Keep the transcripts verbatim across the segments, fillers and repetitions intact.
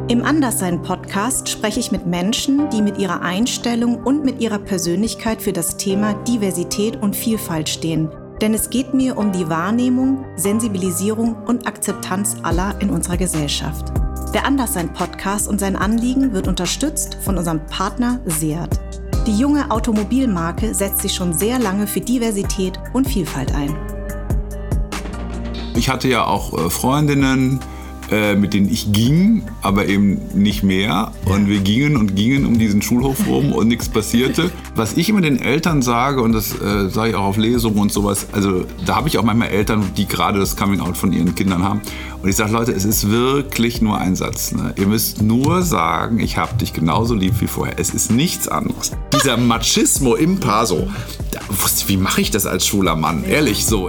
Im Anderssein-Podcast spreche ich mit Menschen, die mit ihrer Einstellung und mit ihrer Persönlichkeit für das Thema Diversität und Vielfalt stehen. Denn es geht mir um die Wahrnehmung, Sensibilisierung und Akzeptanz aller in unserer Gesellschaft. Der Anderssein-Podcast und sein Anliegen wird unterstützt von unserem Partner Seat. Die junge Automobilmarke setzt sich schon sehr lange für Diversität und Vielfalt ein. Ich hatte ja auch äh, Freundinnen, äh, mit denen ich ging, aber eben nicht mehr. Und wir gingen und gingen um diesen Schulhof rum und nichts passierte. Was ich immer den Eltern sage, und das äh, sage ich auch auf Lesungen und sowas, also da habe ich auch manchmal Eltern, die gerade das Coming-out von ihren Kindern haben. Und ich sage, Leute, es ist wirklich nur ein Satz. Ne? Ihr müsst nur sagen, ich habe dich genauso lieb wie vorher. Es ist nichts anderes. Dieser Machismo im Paar so, da, wie mache ich das als schwuler Mann? Ehrlich so.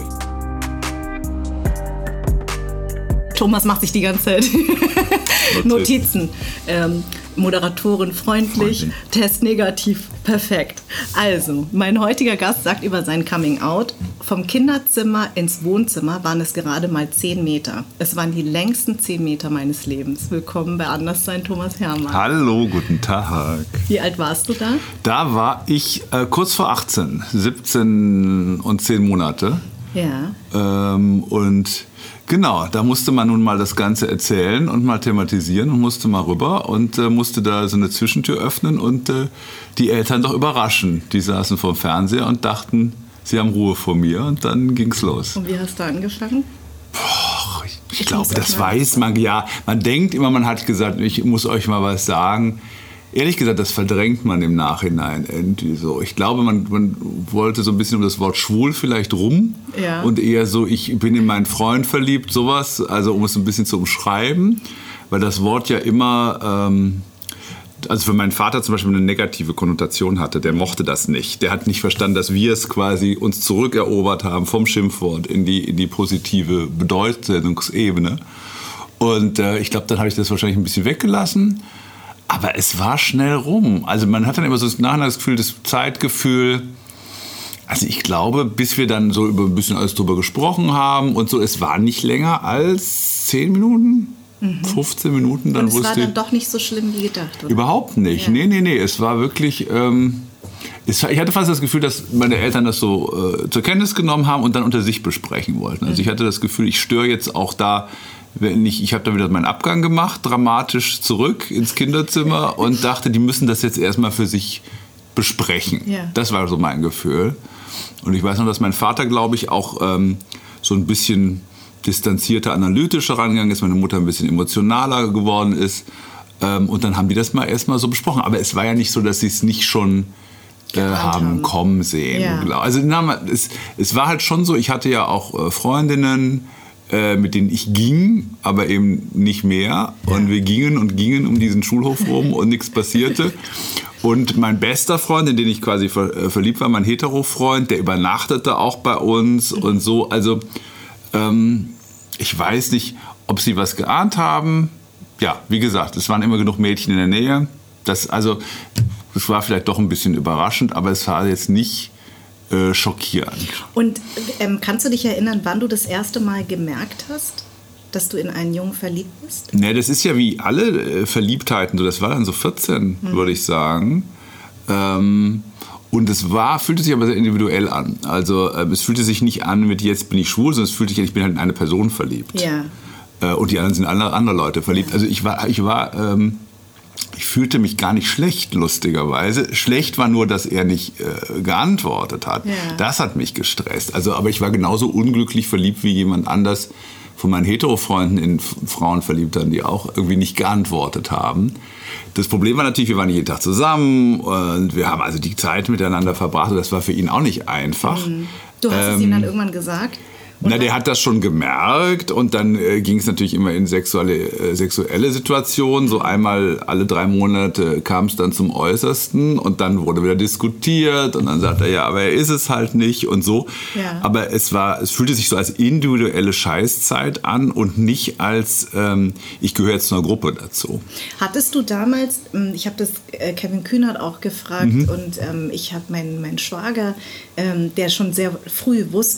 Thomas macht sich die ganze Zeit Notizen. Notizen. Ähm, Moderatorin freundlich, Freundin. Test negativ, perfekt. Also, mein heutiger Gast sagt über sein Coming-out, vom Kinderzimmer ins Wohnzimmer waren es gerade mal zehn Meter. Es waren die längsten zehn Meter meines Lebens. Willkommen bei Anderssein, Thomas Hermann. Hallo, guten Tag. Wie alt warst du da? Da war ich äh, kurz vor achtzehn, siebzehn und zehn Monate. Ja. Ähm, und genau, da musste man nun mal das Ganze erzählen und mal thematisieren und musste mal rüber und äh, musste da so eine Zwischentür öffnen und äh, die Eltern doch überraschen. Die saßen vorm Fernseher und dachten, sie haben Ruhe vor mir und dann ging's los. Und wie hast du angefangen? Boah, ich, ich, ich glaube, das weiß man ja. Man denkt immer, man hat gesagt, ich muss euch mal was sagen. Ehrlich gesagt, das verdrängt man im Nachhinein irgendwie so. Ich glaube, man, man wollte so ein bisschen um das Wort schwul vielleicht rum. Ja. Und eher so, ich bin in meinen Freund verliebt, sowas. Also um es ein bisschen zu umschreiben. Weil das Wort ja immer, ähm, also für meinen Vater zum Beispiel eine negative Konnotation hatte. Der mochte das nicht. Der hat nicht verstanden, dass wir es quasi uns zurückerobert haben vom Schimpfwort in die, in die positive Bedeutungsebene. Und äh, ich glaube, dann habe ich das wahrscheinlich ein bisschen weggelassen. Aber es war schnell rum. Also man hat dann immer so das Nachhinein das Gefühl, das Zeitgefühl. Also ich glaube, bis wir dann so über ein bisschen alles drüber gesprochen haben und so, es war nicht länger als zehn Minuten, mhm. fünfzehn Minuten. Dann und es wusste war dann doch nicht so schlimm wie gedacht, oder? Überhaupt nicht. Ja. Nee, nee, nee. Es war wirklich... Ähm, es, ich hatte fast das Gefühl, dass meine Eltern das so äh, zur Kenntnis genommen haben und dann unter sich besprechen wollten. Also mhm. ich hatte das Gefühl, ich störe jetzt auch da... Wenn ich, ich habe da wieder meinen Abgang gemacht, dramatisch zurück ins Kinderzimmer und dachte, die müssen das jetzt erstmal für sich besprechen. Ja. Das war so mein Gefühl. Und ich weiß noch, dass mein Vater, glaube ich, auch ähm, so ein bisschen distanzierter, analytischer rangegangen ist, meine Mutter ein bisschen emotionaler geworden ist. Ähm, und dann haben die das mal erstmal so besprochen. Aber es war ja nicht so, dass sie es nicht schon äh, haben, haben kommen sehen. Ja. Also na, es, es war halt schon so, ich hatte ja auch äh, Freundinnen, mit denen ich ging, aber eben nicht mehr. Und wir gingen und gingen um diesen Schulhof rum und nichts passierte. Und mein bester Freund, in den ich quasi ver- verliebt war, mein Hetero-Freund, der übernachtete auch bei uns und so. Also ähm, ich weiß nicht, ob sie was geahnt haben. Ja, wie gesagt, es waren immer genug Mädchen in der Nähe. Das, also, das war vielleicht doch ein bisschen überraschend, aber es war jetzt nicht Äh, schockierend. Und ähm, kannst du dich erinnern, wann du das erste Mal gemerkt hast, dass du in einen Jungen verliebt bist? Ne, das ist ja wie alle äh, Verliebtheiten, so, das war dann so vierzehn, hm. würde ich sagen. Ähm, und es war, fühlte sich aber sehr individuell an. Also äh, es fühlte sich nicht an mit jetzt bin ich schwul, sondern es fühlte sich an, ich bin halt in eine Person verliebt. Ja. Äh, und die anderen sind andere, andere Leute verliebt. Also ich war, ich war ähm, Ich fühlte mich gar nicht schlecht, lustigerweise. Schlecht war nur, dass er nicht äh, geantwortet hat. Ja. Das hat mich gestresst. Also, aber ich war genauso unglücklich verliebt wie jemand anders von meinen Hetero-Freunden in Frauen verliebt haben, die auch irgendwie nicht geantwortet haben. Das Problem war natürlich, wir waren jeden Tag zusammen und wir haben also die Zeit miteinander verbracht. Und das war für ihn auch nicht einfach. Mhm. Du hast ähm, es ihm dann irgendwann gesagt? Na, der hat das schon gemerkt und dann äh, ging es natürlich immer in sexuelle, äh, sexuelle Situationen. So einmal alle drei Monate kam es dann zum Äußersten und dann wurde wieder diskutiert und dann sagt er, ja, aber er ist es halt nicht und so. Ja. Aber es war, es fühlte sich so als individuelle Scheißzeit an und nicht als, ähm, ich gehöre jetzt zu einer Gruppe dazu. Hattest du damals, ich habe das äh, Kevin Kühnert auch gefragt mhm. und ähm, ich habe meinen mein Schwager, ähm, der schon sehr früh wusste,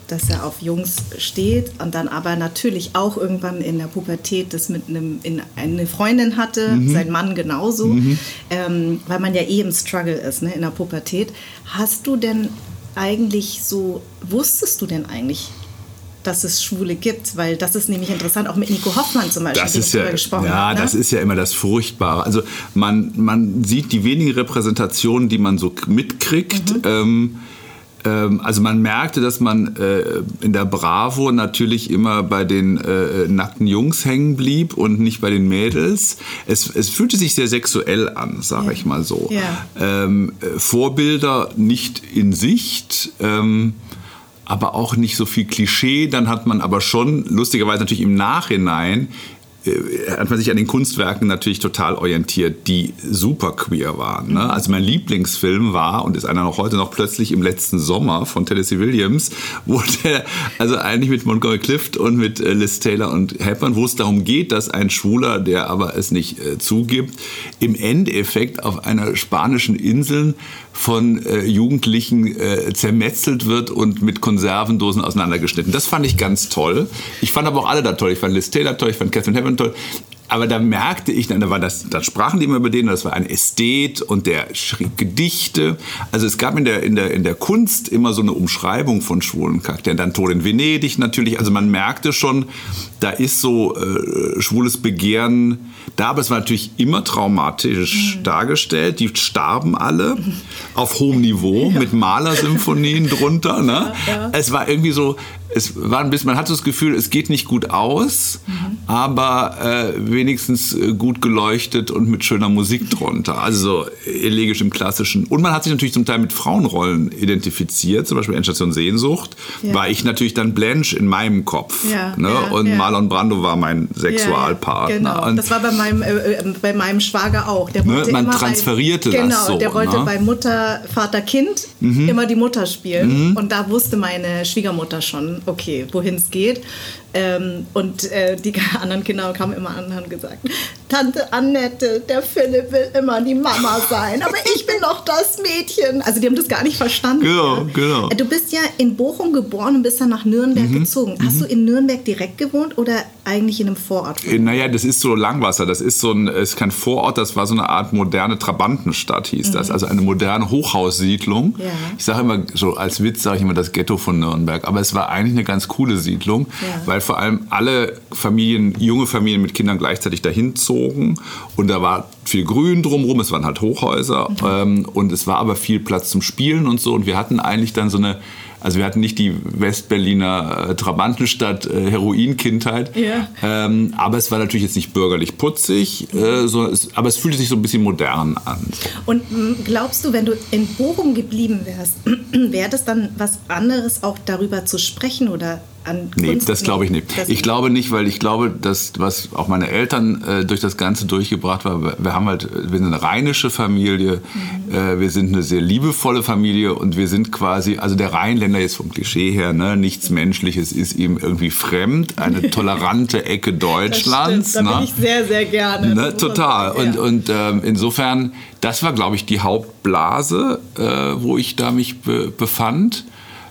dass er auf Jungs steht und dann aber natürlich auch irgendwann in der Pubertät das mit einem, in eine Freundin hatte, mhm. sein Mann genauso, mhm. ähm, weil man ja eh im Struggle ist, ne, in der Pubertät. Hast du denn eigentlich so, wusstest du denn eigentlich, dass es Schwule gibt, weil das ist nämlich interessant, auch mit Nico Hoffmann zum Beispiel, das ist ja, gesprochen ja, hat, ne? Das ist ja immer das Furchtbare. Also man, man sieht die wenigen Repräsentationen, die man so mitkriegt. Mhm. Ähm, ähm, also man merkte, dass man äh, in der Bravo natürlich immer bei den äh, nackten Jungs hängen blieb und nicht bei den Mädels. Es, es fühlte sich sehr sexuell an, sage ja. ich mal so. Ja. Ähm, Vorbilder nicht in Sicht, ähm, aber auch nicht so viel Klischee. Dann hat man aber schon, lustigerweise natürlich im Nachhinein, äh, hat man sich an den Kunstwerken natürlich total orientiert, die super queer waren. Ne? Also mein Lieblingsfilm war, und ist einer noch heute noch, Plötzlich im letzten Sommer von Tennessee Williams, wo der, also eigentlich mit Montgomery Clift und mit äh, Liz Taylor und Hepburn, wo es darum geht, dass ein Schwuler, der aber es nicht äh, zugibt, im Endeffekt auf einer spanischen Insel von äh, Jugendlichen äh, zermetzelt wird und mit Konservendosen auseinandergeschnitten. Das fand ich ganz toll. Ich fand aber auch alle da toll. Ich fand Liz Taylor toll, ich fand Catherine Hepburn toll. Aber da merkte ich, da, war das, da sprachen die immer über den, das war ein Ästhet und der schrieb Gedichte. Also es gab in der, in der, in der Kunst immer so eine Umschreibung von schwulen Charakteren. Dann Tod in Venedig natürlich. Also man merkte schon, da ist so äh, schwules Begehren da, aber es war natürlich immer traumatisch mhm. dargestellt. Die starben alle mhm. auf hohem Niveau ja. mit Malersymphonien drunter. Ne? Ja, ja. Es war irgendwie so, es war ein bisschen, man hat so das Gefühl, es geht nicht gut aus, mhm. aber äh, wenigstens gut geleuchtet und mit schöner Musik drunter. Also elegisch im Klassischen. Und man hat sich natürlich zum Teil mit Frauenrollen identifiziert, zum Beispiel Endstation Sehnsucht, ja. war ich natürlich dann Blanche in meinem Kopf. Ja, ne? ja, und ja. Marlon Brando war mein Sexualpartner. Ja, genau. Das war bei meinem, äh, bei meinem Schwager auch. Der wollte ne? Man immer transferierte ein, das genau, so. Der wollte ne? bei Mutter, Vater, Kind mhm. immer die Mutter spielen. Mhm. Und da wusste meine Schwiegermutter schon, okay, wohin es geht. Ähm, und äh, die anderen Kinder kamen immer an und haben gesagt, Tante Annette, der Philipp will immer die Mama sein, aber ich bin doch das Mädchen. Also die haben das gar nicht verstanden. Genau, ja. genau. Du bist ja in Bochum geboren und bist dann nach Nürnberg mhm. gezogen. Hast mhm. du in Nürnberg direkt gewohnt oder eigentlich in einem Vorort? Äh, naja, das ist so Langwasser. Das ist so ein, ist kein Vorort, das war so eine Art moderne Trabantenstadt, hieß mhm. das. Also eine moderne Hochhaussiedlung. Ja. Ich sage immer, so als Witz sage ich immer das Ghetto von Nürnberg. Aber es war eigentlich eine ganz coole Siedlung, ja. weil vor allem alle Familien, junge Familien mit Kindern gleichzeitig dahin zogen. Und da war viel Grün drumherum, es waren halt Hochhäuser. Mhm. Ähm, und es war aber viel Platz zum Spielen und so. Und wir hatten eigentlich dann so eine, also wir hatten nicht die Westberliner äh, Trabantenstadt äh, Heroin-Kindheit, ja. ähm, aber es war natürlich jetzt nicht bürgerlich putzig, äh, so, es, aber es fühlte sich so ein bisschen modern an. Und m, glaubst du, wenn du in Bochum geblieben wärst, wäre das dann was anderes, auch darüber zu sprechen oder an Kunst? Nee, das glaube ich nicht. Das ich glaube nicht, weil ich glaube, dass was auch meine Eltern äh, durch das Ganze durchgebracht war, wir haben halt, wir sind eine rheinische Familie, mhm. äh, wir sind eine sehr liebevolle Familie und wir sind quasi, also der Rheinländer jetzt vom Klischee her, ne, nichts Menschliches ist ihm irgendwie fremd, eine tolerante Ecke Deutschlands. Das stimmt, da bin ne? ich sehr, sehr gerne. Ne, total. Und, und ähm, insofern, das war, glaube ich, die Hauptblase, äh, wo ich da mich be- befand.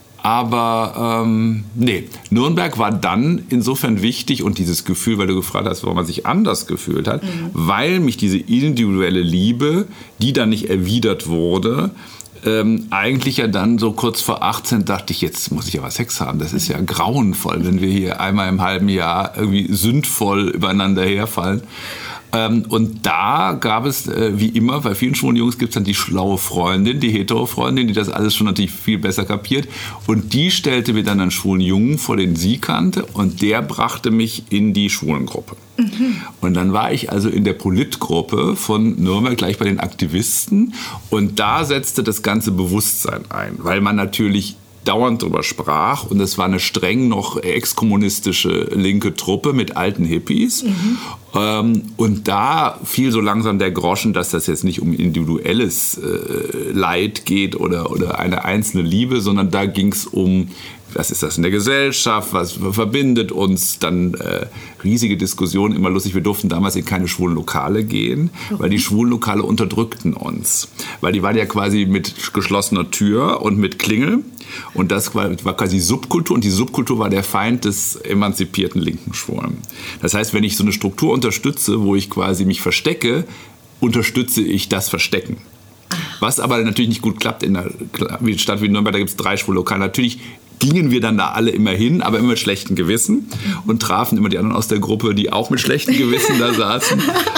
Aber ähm, nee, Nürnberg war dann insofern wichtig und dieses Gefühl, weil du gefragt hast, warum man sich anders gefühlt hat, mhm. weil mich diese individuelle Liebe, die dann nicht erwidert wurde, ähm, eigentlich ja dann so kurz vor achtzehn dachte ich, jetzt muss ich aber Sex haben. Das ist ja grauenvoll, wenn wir hier einmal im halben Jahr irgendwie sündvoll übereinander herfallen. Ähm, und da gab es, äh, wie immer, bei vielen schwulen Jungs gibt es dann die schlaue Freundin, die Hetero-Freundin, die das alles schon natürlich viel besser kapiert. Und die stellte mir dann einen schwulen Jungen vor, den sie kannte, und der brachte mich in die Schwulengruppe. Mhm. Und dann war ich also in der Politgruppe von Nürnberg, gleich bei den Aktivisten. Und da setzte das ganze Bewusstsein ein, weil man natürlich dauernd darüber sprach und es war eine streng noch exkommunistische linke Truppe mit alten Hippies. Mhm. Ähm, und da fiel so langsam der Groschen, dass das jetzt nicht um individuelles äh, Leid geht oder, oder eine einzelne Liebe, sondern da ging es um was ist das in der Gesellschaft, was verbindet uns, dann äh, riesige Diskussionen, immer lustig, wir durften damals in keine schwulen Lokale gehen, okay. weil die schwulen Lokale unterdrückten uns, weil die waren ja quasi mit geschlossener Tür und mit Klingel und das war, war quasi Subkultur und die Subkultur war der Feind des emanzipierten linken Schwulen. Das heißt, wenn ich so eine Struktur unterstütze, wo ich quasi mich verstecke, unterstütze ich das Verstecken. Was aber natürlich nicht gut klappt in einer Stadt wie Nürnberg, da gibt es drei schwule Lokale. Natürlich gingen wir dann da alle immer hin, aber immer mit schlechtem Gewissen und trafen immer die anderen aus der Gruppe, die auch mit schlechtem Gewissen da saßen.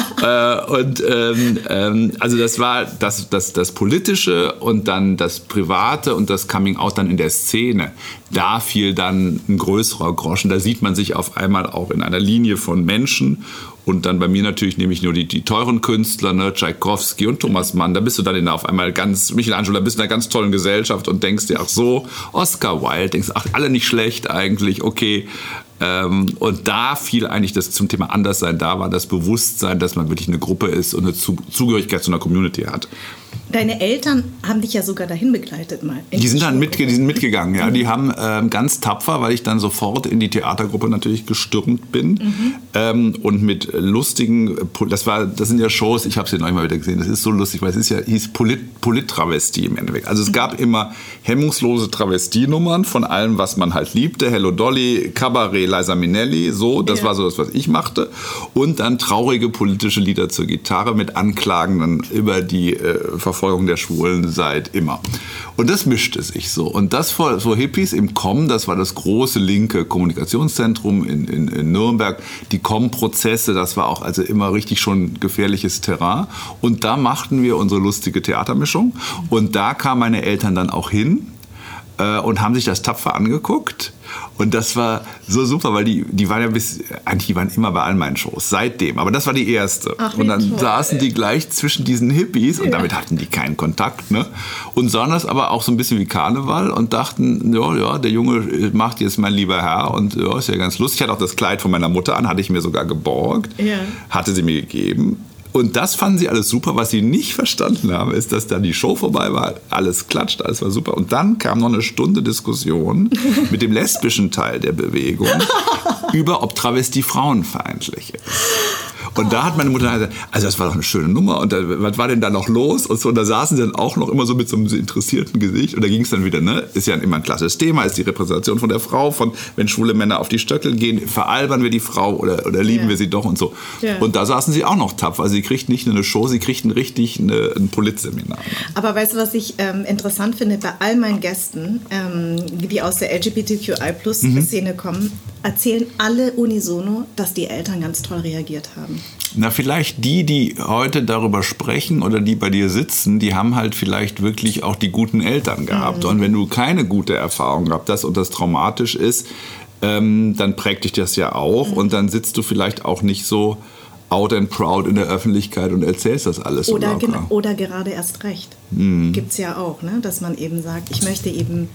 äh, und ähm, ähm, also das war das, das, das Politische und dann das Private und das Coming Out dann in der Szene. Da fiel dann ein größerer Groschen. Da sieht man sich auf einmal auch in einer Linie von Menschen. Und dann bei mir natürlich nehme ich nur die, die teuren Künstler, ne, Tschaikowski und Thomas Mann. Da bist du dann in, auf einmal ganz, Michelangelo, da bist du in einer ganz tollen Gesellschaft und denkst dir, ach so, Oscar Wilde, denkst, ach, alle nicht schlecht eigentlich, okay. Ähm, und da fiel eigentlich das zum Thema Anderssein, da war das Bewusstsein, dass man wirklich eine Gruppe ist und eine Zugehörigkeit zu einer Community hat. Deine Eltern haben dich ja sogar dahin begleitet mal. Die sind dann mitge- die sind mitgegangen, ja. Die haben ähm, ganz tapfer, weil ich dann sofort in die Theatergruppe natürlich gestürmt bin mhm. ähm, und mit lustigen, das war, das sind ja Shows, ich habe sie neulich mal wieder gesehen, das ist so lustig, weil es ist ja, hieß Polit, Polit-Travestie im Endeffekt. Also es mhm. gab immer hemmungslose Travestienummern von allem, was man halt liebte, Hello Dolly, Cabaret, Liza Minnelli, so, das ja. war so das, was ich machte. Und dann traurige politische Lieder zur Gitarre mit Anklagen dann über die äh, Verfolgung der Schwulen seit immer. Und das mischte sich so. Und das vor so Hippies im C O M, das war das große linke Kommunikationszentrum in, in, in Nürnberg, die C O M-Prozesse, das war auch also immer richtig schon gefährliches Terrain. Und da machten wir unsere lustige Theatermischung. Und da kamen meine Eltern dann auch hin äh, und haben sich das tapfer angeguckt. Und das war so super, weil die, die waren ja bis, eigentlich die waren immer bei all meinen Shows, seitdem. Aber das war die erste. Ach, und dann toll, saßen ey. die gleich zwischen diesen Hippies und ja. damit hatten die keinen Kontakt. Ne? Und sahen das aber auch so ein bisschen wie Karneval und dachten, ja, ja, der Junge macht jetzt mein lieber Herr und ja, ist ja ganz lustig. Ich hatte auch das Kleid von meiner Mutter an, hatte ich mir sogar geborgt, ja. hatte sie mir gegeben. Und das fanden sie alles super. Was sie nicht verstanden haben, ist, dass dann die Show vorbei war. Alles klatscht, alles war super. Und dann kam noch eine Stunde Diskussion mit dem lesbischen Teil der Bewegung über, ob Travestie frauenfeindlich ist. Und da hat meine Mutter gesagt, also das war doch eine schöne Nummer. Und da, was war denn da noch los? Und so, und da saßen sie dann auch noch immer so mit so einem interessierten Gesicht. Und da ging es dann wieder, ne, ist ja immer ein klassisches Thema, ist die Repräsentation von der Frau, von wenn schwule Männer auf die Stöckel gehen, veralbern wir die Frau oder, oder lieben ja. wir sie doch und so. Ja. Und da saßen sie auch noch tapfer. Also sie kriegten nicht nur eine Show, sie kriegten richtig eine, ein Politseminar. Aber weißt du, was ich ähm, interessant finde, bei all meinen Gästen, ähm, die aus der L G B T Q I Plus Szene mhm. kommen, erzählen alle unisono, dass die Eltern ganz toll reagiert haben. Na, vielleicht die, die heute darüber sprechen oder die bei dir sitzen, die haben halt vielleicht wirklich auch die guten Eltern gehabt. Mhm. Und wenn du keine gute Erfahrung gehabt hast und das traumatisch ist, ähm, dann prägt dich das ja auch. Mhm. Und dann sitzt du vielleicht auch nicht so out and proud in der Öffentlichkeit und erzählst das alles so oder, gen- oder gerade erst recht. Mhm. Gibt's ja auch, ne? Dass man eben sagt, ich möchte eben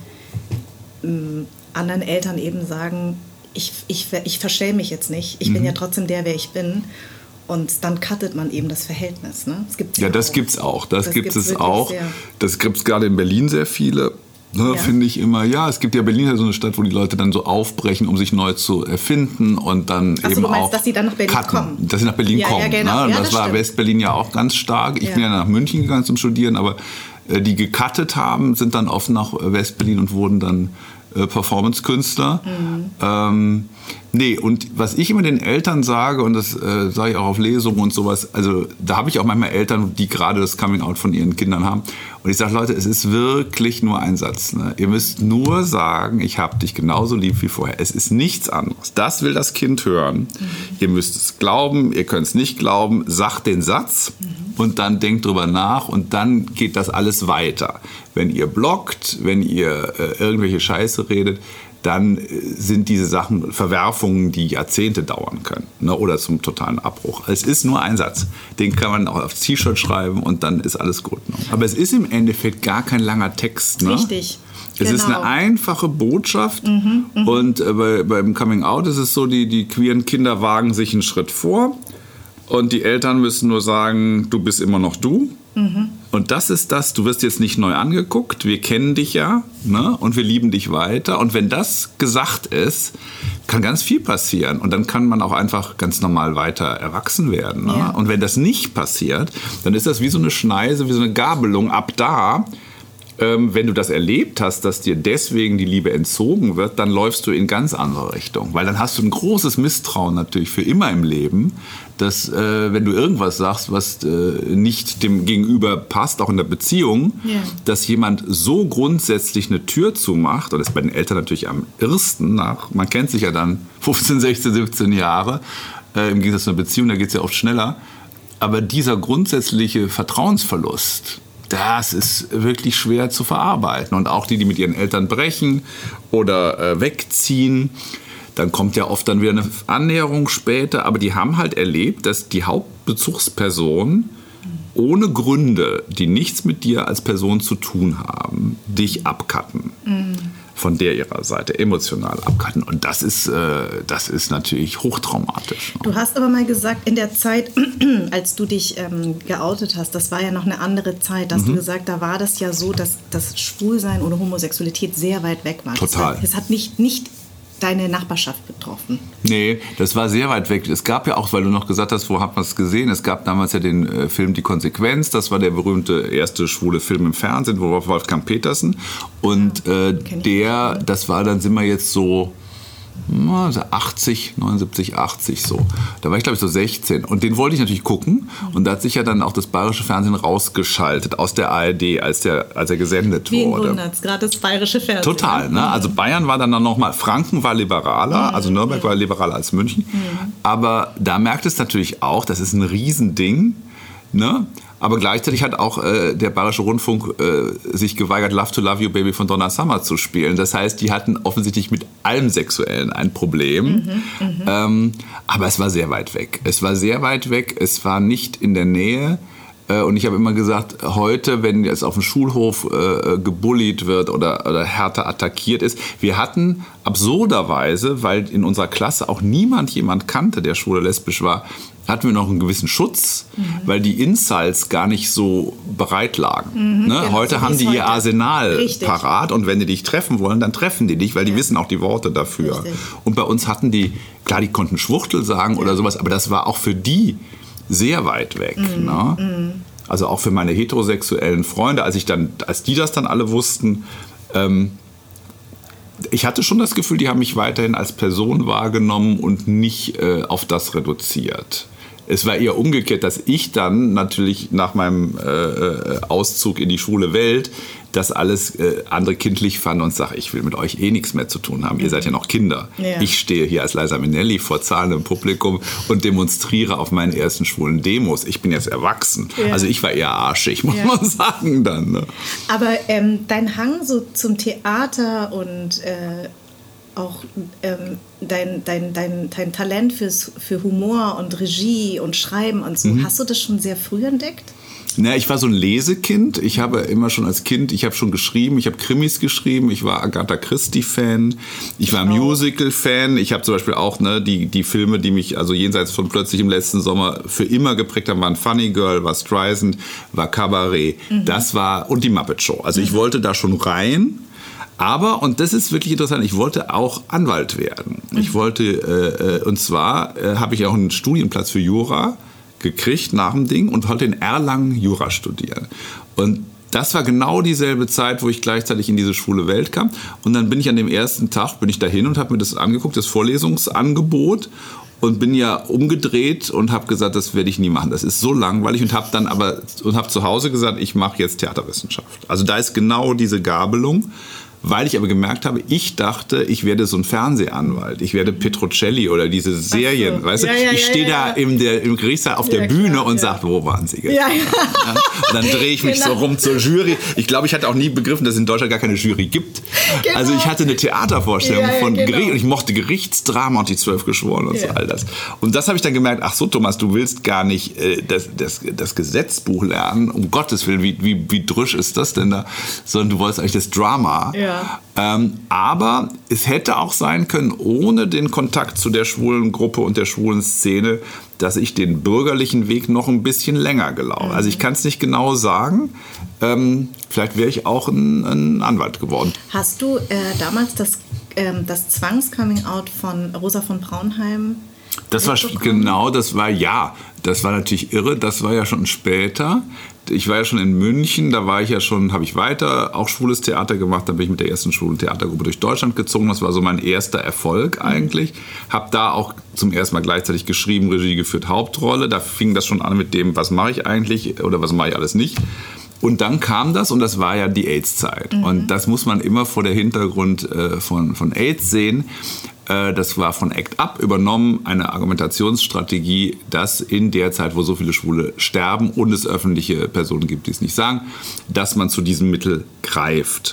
ähm, anderen Eltern eben sagen, ich, ich, ich verstell mich jetzt nicht. Ich mhm. bin ja trotzdem der, wer ich bin. Und dann cuttet man eben das Verhältnis. Ne? Das gibt's ja, ja, das auch. gibt's auch. Das, das gibt es auch. Sehr. Das gibt es gerade in Berlin sehr viele. Ne, ja. Finde ich immer, ja, es gibt ja Berlin ja so eine Stadt, wo die Leute dann so aufbrechen, um sich neu zu erfinden und dann Ach so, eben du meinst, auch dass sie dann nach Berlin cutten, kommen. dass sie nach Berlin ja, kommen. Ja, genau. Ne? Ja, das, das war stimmt. West-Berlin ja auch ganz stark. Ich ja. bin ja nach München gegangen zum Studieren, aber äh, die gecuttet haben, sind dann oft nach West-Berlin und wurden dann äh, Performance-Künstler. Mhm. Ähm, nee, und was ich immer den Eltern sage, und das äh, sage ich auch auf Lesungen und sowas, also da habe ich auch manchmal Eltern, die gerade das Coming-out von ihren Kindern haben. Und ich sage, Leute, es ist wirklich nur ein Satz. Ne? Ihr müsst nur sagen, ich habe dich genauso lieb wie vorher. Es ist nichts anderes. Das will das Kind hören. Mhm. Ihr müsst es glauben, ihr könnt es nicht glauben. Sagt den Satz mhm. und dann denkt drüber nach und dann geht das alles weiter. Wenn ihr blockt, wenn ihr äh, irgendwelche Scheiße redet, dann sind diese Sachen Verwerfungen, die Jahrzehnte dauern können, ne, oder zum totalen Abbruch. Es ist nur ein Satz, den kann man auch aufs T-Shirt schreiben und dann ist alles gut. Ne? Aber es ist im Endeffekt gar kein langer Text. Ne? Richtig. Es genau. ist eine einfache Botschaft mhm, und äh, bei, beim Coming Out ist es so, die, die queeren Kinder wagen sich einen Schritt vor und die Eltern müssen nur sagen, du bist immer noch du. Mhm. Und das ist das, du wirst jetzt nicht neu angeguckt, wir kennen dich ja, ne? Und wir lieben dich weiter. Und wenn das gesagt ist, kann ganz viel passieren. Und dann kann man auch einfach ganz normal weiter erwachsen werden. Ne? Ja. Und wenn das nicht passiert, dann ist das wie so eine Schneise, wie so eine Gabelung. Ab da, ähm, wenn du das erlebt hast, dass dir deswegen die Liebe entzogen wird, dann läufst du in ganz andere Richtung. Weil dann hast du ein großes Misstrauen natürlich für immer im Leben, dass äh, wenn du irgendwas sagst, was äh, nicht dem Gegenüber passt, auch in der Beziehung, yeah. dass jemand so grundsätzlich eine Tür zumacht, und das ist bei den Eltern natürlich am ersten nach, man kennt sich ja dann fünfzehn, sechzehn, siebzehn Jahre, äh, im Gegensatz zu einer Beziehung, da geht es ja oft schneller, aber dieser grundsätzliche Vertrauensverlust, das ist wirklich schwer zu verarbeiten. Und auch die, die mit ihren Eltern brechen oder äh, wegziehen, dann kommt ja oft dann wieder eine Annäherung später. Aber die haben halt erlebt, dass die Hauptbezugsperson ohne Gründe, die nichts mit dir als Person zu tun haben, dich abcutten. Mhm. Von der ihrer Seite emotional abcutten. Und das ist, äh, das ist natürlich hochtraumatisch. Du hast aber mal gesagt, in der Zeit, als du dich ähm, geoutet hast, das war ja noch eine andere Zeit, hast mhm. du gesagt, da war das ja so, dass das Schwulsein oder Homosexualität sehr weit weg war. Total. Es hat nicht, nicht deine Nachbarschaft betroffen. Nee, das war sehr weit weg. Es gab ja auch, weil du noch gesagt hast, wo hat man es gesehen, es gab damals ja den äh, Film Die Konsequenz, das war der berühmte erste schwule Film im Fernsehen, wo Wolfgang Petersen. Und äh, der, das war, dann sind wir jetzt so achtzig, neunundsiebzig, achtzig so. Da war ich, glaube ich, so sechzehn. Und den wollte ich natürlich gucken. Und da hat sich ja dann auch das bayerische Fernsehen rausgeschaltet aus der A R D, als, der, als er gesendet Wen wurde. wundert's, gerade das bayerische Fernsehen. Total, ne? Also Bayern war dann nochmal, Franken war liberaler, also Nürnberg war liberaler als München. Aber da merkt es natürlich auch, das ist ein Riesending, ne? Aber gleichzeitig hat auch äh, der Bayerische Rundfunk äh, sich geweigert, Love to Love You Baby von Donna Summer zu spielen. Das heißt, die hatten offensichtlich mit allem Sexuellen ein Problem. Mhm, ähm, aber es war sehr weit weg. Es war sehr weit weg. Es war nicht in der Nähe. Äh, und ich habe immer gesagt, heute, wenn jetzt auf dem Schulhof äh, gebullied wird oder, oder härter attackiert ist, wir hatten absurderweise, weil in unserer Klasse auch niemand jemand kannte, der schwul oder lesbisch war, hatten wir noch einen gewissen Schutz, mhm. weil die Insults gar nicht so bereit lagen. Mhm, ne? Genau, heute so haben die heute. ihr Arsenal Richtig. parat und wenn die dich treffen wollen, dann treffen die dich, weil die ja. wissen auch die Worte dafür. Richtig. Und bei uns hatten die, klar, die konnten Schwuchtel sagen ja. oder sowas, aber das war auch für die sehr weit weg. Mhm. Ne? Mhm. Also auch für meine heterosexuellen Freunde, als ich dann, als die das dann alle wussten, ähm, ich hatte schon das Gefühl, die haben mich weiterhin als Person wahrgenommen und nicht äh, auf das reduziert. Es war eher umgekehrt, dass ich dann natürlich nach meinem äh, Auszug in die schwule Welt das alles äh, andere kindlich fand und sage, ich will mit euch eh nichts mehr zu tun haben. Ihr seid ja noch Kinder. Ja. Ich stehe hier als Liza Minnelli vor zahlendem Publikum und demonstriere auf meinen ersten schwulen Demos. Ich bin jetzt erwachsen. Ja. Also ich war eher arschig, muss ja. man sagen dann. Ne? Aber ähm, dein Hang so zum Theater und äh auch ähm, dein, dein, dein, dein Talent fürs, für Humor und Regie und Schreiben und so, mhm. hast du das schon sehr früh entdeckt? Na, ich war so ein Lesekind. Ich habe immer schon als Kind, ich habe schon geschrieben, ich habe Krimis geschrieben, ich war Agatha Christie-Fan, ich war Musical-Fan. Ich habe zum Beispiel auch ne, die, die Filme, die mich also jenseits von Plötzlich im letzten Sommer für immer geprägt haben, waren Funny Girl, war Streisand, war Cabaret. Mhm. Das war, und die Muppet Show. Also mhm. ich wollte da schon rein. Aber, und das ist wirklich interessant, ich wollte auch Anwalt werden. Ich wollte, äh, und zwar äh, habe ich auch einen Studienplatz für Jura gekriegt nach dem Ding und wollte in Erlangen Jura studieren. Und das war genau dieselbe Zeit, wo ich gleichzeitig in diese schwule Welt kam. Und dann bin ich an dem ersten Tag, bin ich dahin und habe mir das angeguckt, das Vorlesungsangebot. Und bin ja umgedreht und habe gesagt, das werde ich nie machen. Das ist so langweilig und habe dann aber und habe zu Hause gesagt, ich mache jetzt Theaterwissenschaft. Also da ist genau diese Gabelung. Weil ich aber gemerkt habe, ich dachte, ich werde so ein Fernsehanwalt. Ich werde Petrocelli oder diese Serien. So. Weißt du? Ja, ja, ich stehe ja, ja, da im, der, im Gerichtssaal auf der Bühne klar, und ja. sage, wo waren Sie jetzt? Ja, ja. Und dann drehe ich mich genau. so rum zur Jury. Ich glaube, ich hatte auch nie begriffen, dass es in Deutschland gar keine Jury gibt. Genau. Also ich hatte eine Theatervorstellung von genau. Gericht und ich mochte Gerichtsdrama und die Zwölf Geschworenen und so all das. Und das habe ich dann gemerkt, ach so Thomas, du willst gar nicht äh, das, das, das Gesetzbuch lernen, um Gottes Willen, wie, wie, wie drüsch ist das denn da? Sondern du wolltest eigentlich das Drama. Ja. Ja. Ähm, aber es hätte auch sein können, ohne den Kontakt zu der schwulen Gruppe und der schwulen Szene, dass ich den bürgerlichen Weg noch ein bisschen länger gelaufen. Mhm. Also ich kann es nicht genau sagen. Ähm, vielleicht wäre ich auch ein, ein Anwalt geworden. Hast du äh, damals das, ähm, das Zwangs-Coming-out von Rosa von Braunheim Das war genau, das war ja, das war natürlich irre, das war ja schon später. Ich war ja schon in München, da war ich ja schon, habe ich weiter auch schwules Theater gemacht, da bin ich mit der ersten schwulen Theatergruppe durch Deutschland gezogen, das war so mein erster Erfolg eigentlich. Habe da auch zum ersten Mal gleichzeitig geschrieben, Regie geführt, Hauptrolle, da fing das schon an mit dem, was mache ich eigentlich oder was mache ich alles nicht. Und dann kam das und das war ja die AIDS-Zeit. Mhm. Und das muss man immer vor der Hintergrund äh, von, von AIDS sehen. Äh, das war von ACT UP übernommen, eine Argumentationsstrategie, dass in der Zeit, wo so viele Schwule sterben und es öffentliche Personen gibt, die es nicht sagen, dass man zu diesem Mittel greift.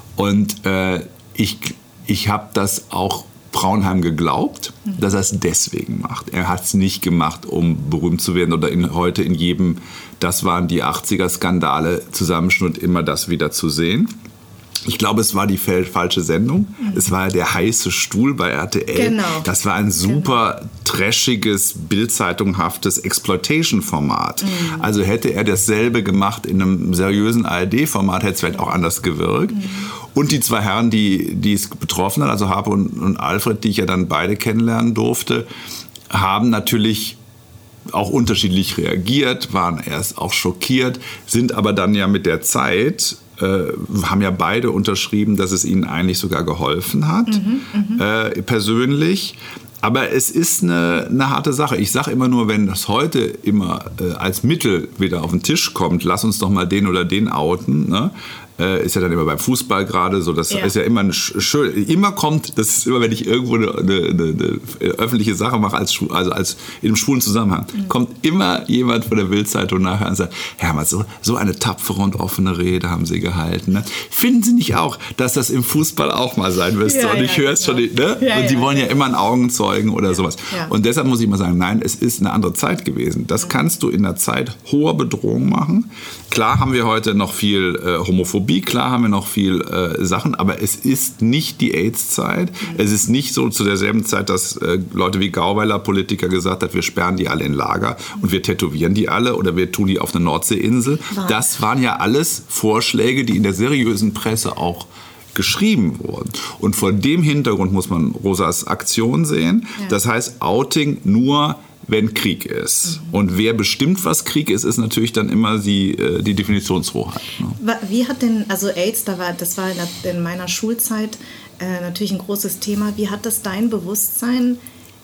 Und äh, ich, ich habe das auch Braunheim geglaubt, dass er es deswegen macht. Er hat es nicht gemacht, um berühmt zu werden oder in, heute in jedem, das waren die achtziger-Skandale, Zusammenschnitt immer das wieder zu sehen. Ich glaube, es war die falsche Sendung. Mhm. Es war der heiße Stuhl bei R T L. Genau. Das war ein super genau. trashiges, bildzeitunghaftes Exploitation-Format. Mhm. Also hätte er dasselbe gemacht in einem seriösen A R D-Format, hätte es vielleicht auch anders gewirkt. Mhm. Und die zwei Herren, die, die es betroffen hat, also Harpe und, und Alfred, die ich ja dann beide kennenlernen durfte, haben natürlich auch unterschiedlich reagiert, waren erst auch schockiert, sind aber dann ja mit der Zeit, äh, haben ja beide unterschrieben, dass es ihnen eigentlich sogar geholfen hat, mhm, äh, persönlich. Aber es ist eine, eine harte Sache. Ich sage immer nur, wenn das heute immer äh, als Mittel wieder auf den Tisch kommt, lass uns doch mal den oder den outen, ne? Äh, ist ja dann immer beim Fußball gerade so, das ja. ist ja immer ein schön, immer kommt, das ist immer, wenn ich irgendwo eine, eine, eine öffentliche Sache mache, als, also als in einem schwulen Zusammenhang, mhm. kommt immer jemand von der Bild-Zeitung nachher und sagt, Hermann, so, so eine tapfere und offene Rede haben Sie gehalten. Ne? Finden Sie nicht auch, dass das im Fußball auch mal sein müsste? Ja, und ich ja, höre es schon, ne? Ja, und Sie ja, wollen ja, ja immer einen Augenzeugen oder ja. sowas. Ja. Und deshalb muss ich mal sagen, nein, es ist eine andere Zeit gewesen. Das mhm. kannst du in einer Zeit hoher Bedrohung machen. Klar haben wir heute noch viel äh, Homophobie, klar haben wir noch viel äh, Sachen, aber es ist nicht die AIDS-Zeit. Mhm. Es ist nicht so zu derselben Zeit, dass äh, Leute wie Gauweiler, Politiker, gesagt hat, wir sperren die alle in Lager und wir tätowieren die alle oder wir tun die auf eine Nordseeinsel. Wow. Das waren ja alles Vorschläge, die in der seriösen Presse auch geschrieben wurden. Und vor dem Hintergrund muss man Rosas Aktion sehen. Ja. Das heißt, Outing nur wenn Krieg ist. Mhm. Und wer bestimmt, was Krieg ist, ist natürlich dann immer die, die Definitionshoheit. Ne? Wie hat denn, also AIDS, da war, das war in meiner Schulzeit äh, natürlich ein großes Thema. Wie hat das dein Bewusstsein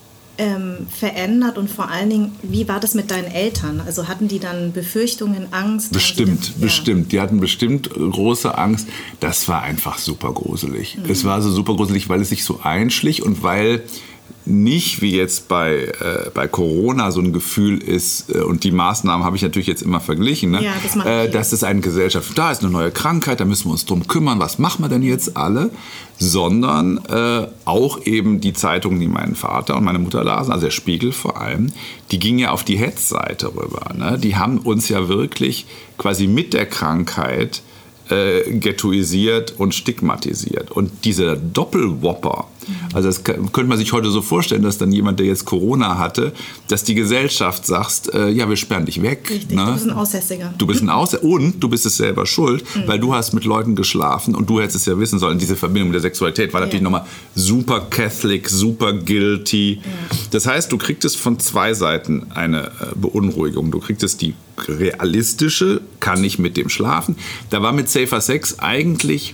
ähm, verändert und vor allen Dingen, wie war das mit deinen Eltern? Also hatten die dann Befürchtungen, Angst? Bestimmt, dann, ja. bestimmt. Die hatten bestimmt große Angst. Das war einfach super gruselig. Mhm. Es war so super gruselig, weil es sich so einschlich und weil nicht wie jetzt bei, äh, bei Corona so ein Gefühl ist, äh, und die Maßnahmen habe ich natürlich jetzt immer verglichen, ne? Ja, das äh, dass es eine Gesellschaft, da ist eine neue Krankheit, da müssen wir uns drum kümmern, was machen wir denn jetzt alle? Sondern äh, auch eben die Zeitungen, die mein Vater und meine Mutter lasen, also der Spiegel vor allem, die gingen ja auf die Hetzseite rüber. Ne? Die haben uns ja wirklich quasi mit der Krankheit äh, ghettoisiert und stigmatisiert. Und dieser Doppelwhopper, also das könnte man sich heute so vorstellen, dass dann jemand, der jetzt Corona hatte, dass die Gesellschaft sagt, äh, ja, wir sperren dich weg. Richtig, ne? Du bist ein Aussässiger. Du bist ein Aussässiger und du bist es selber schuld, mhm. weil du hast mit Leuten geschlafen und du hättest es ja wissen sollen. Diese Verbindung mit der Sexualität war natürlich ja. nochmal super Catholic, super guilty. Ja. Das heißt, du kriegtest von zwei Seiten eine äh, Beunruhigung. Du kriegtest die realistische, kann ich mit dem schlafen. Da war mit Safer Sex eigentlich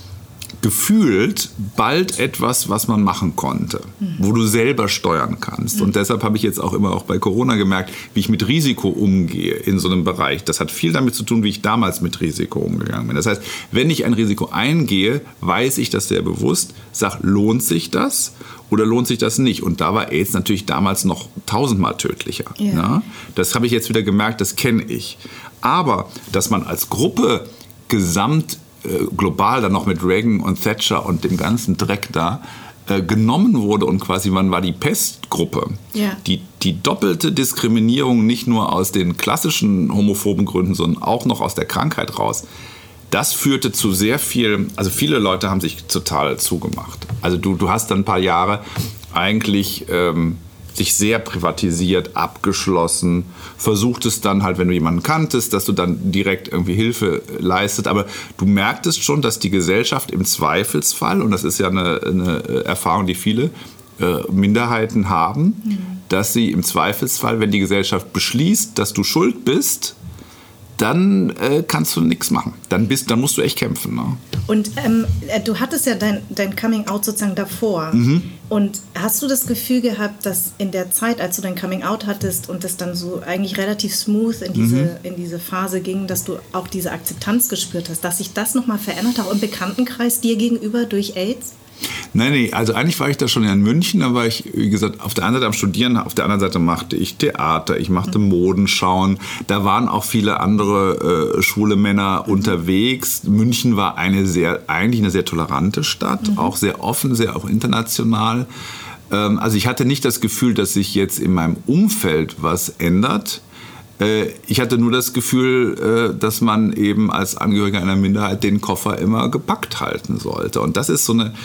gefühlt bald etwas, was man machen konnte, mhm. wo du selber steuern kannst. Mhm. Und deshalb habe ich jetzt auch immer auch bei Corona gemerkt, wie ich mit Risiko umgehe in so einem Bereich. Das hat viel damit zu tun, wie ich damals mit Risiko umgegangen bin. Das heißt, wenn ich ein Risiko eingehe, weiß ich das sehr bewusst, sage, lohnt sich das oder lohnt sich das nicht? Und da war AIDS natürlich damals noch tausendmal tödlicher. Ja. Ne? Das habe ich jetzt wieder gemerkt, das kenne ich. Aber, dass man als Gruppe gesamt global dann noch mit Reagan und Thatcher und dem ganzen Dreck da äh, genommen wurde und quasi man war die Pestgruppe. Ja. Die, die doppelte Diskriminierung nicht nur aus den klassischen homophoben Gründen, sondern auch noch aus der Krankheit raus. Das führte zu sehr viel, also viele Leute haben sich total zugemacht. Also du, du hast dann ein paar Jahre eigentlich ähm, sich sehr privatisiert, abgeschlossen, versucht es dann halt, wenn du jemanden kanntest, dass du dann direkt irgendwie Hilfe leistet. Aber du merktest schon, dass die Gesellschaft im Zweifelsfall, und das ist ja eine, eine Erfahrung, die viele äh, Minderheiten haben, mhm. dass sie im Zweifelsfall, wenn die Gesellschaft beschließt, dass du schuld bist, dann äh, kannst du nichts machen. Dann, bist, dann musst du echt kämpfen. Ne? Und ähm, du hattest ja dein, dein Coming-out sozusagen davor. Mhm. Und hast du das Gefühl gehabt, dass in der Zeit, als du dein Coming-out hattest und das dann so eigentlich relativ smooth in diese, mhm. in diese Phase ging, dass du auch diese Akzeptanz gespürt hast, dass sich das nochmal verändert, auch im Bekanntenkreis dir gegenüber durch AIDS? Nein, nee, also eigentlich war ich da schon in München, da war ich, wie gesagt, auf der einen Seite am Studieren, auf der anderen Seite machte ich Theater, ich machte mhm. Modenschauen, da waren auch viele andere äh, schwule Männer mhm. unterwegs. München war eine sehr, eigentlich eine sehr tolerante Stadt, mhm. auch sehr offen, sehr auch international. Ähm, also ich hatte nicht das Gefühl, dass sich jetzt in meinem Umfeld was ändert. Ich hatte nur das Gefühl, dass man eben als Angehöriger einer Minderheit den Koffer immer gepackt halten sollte. Und das ist so eine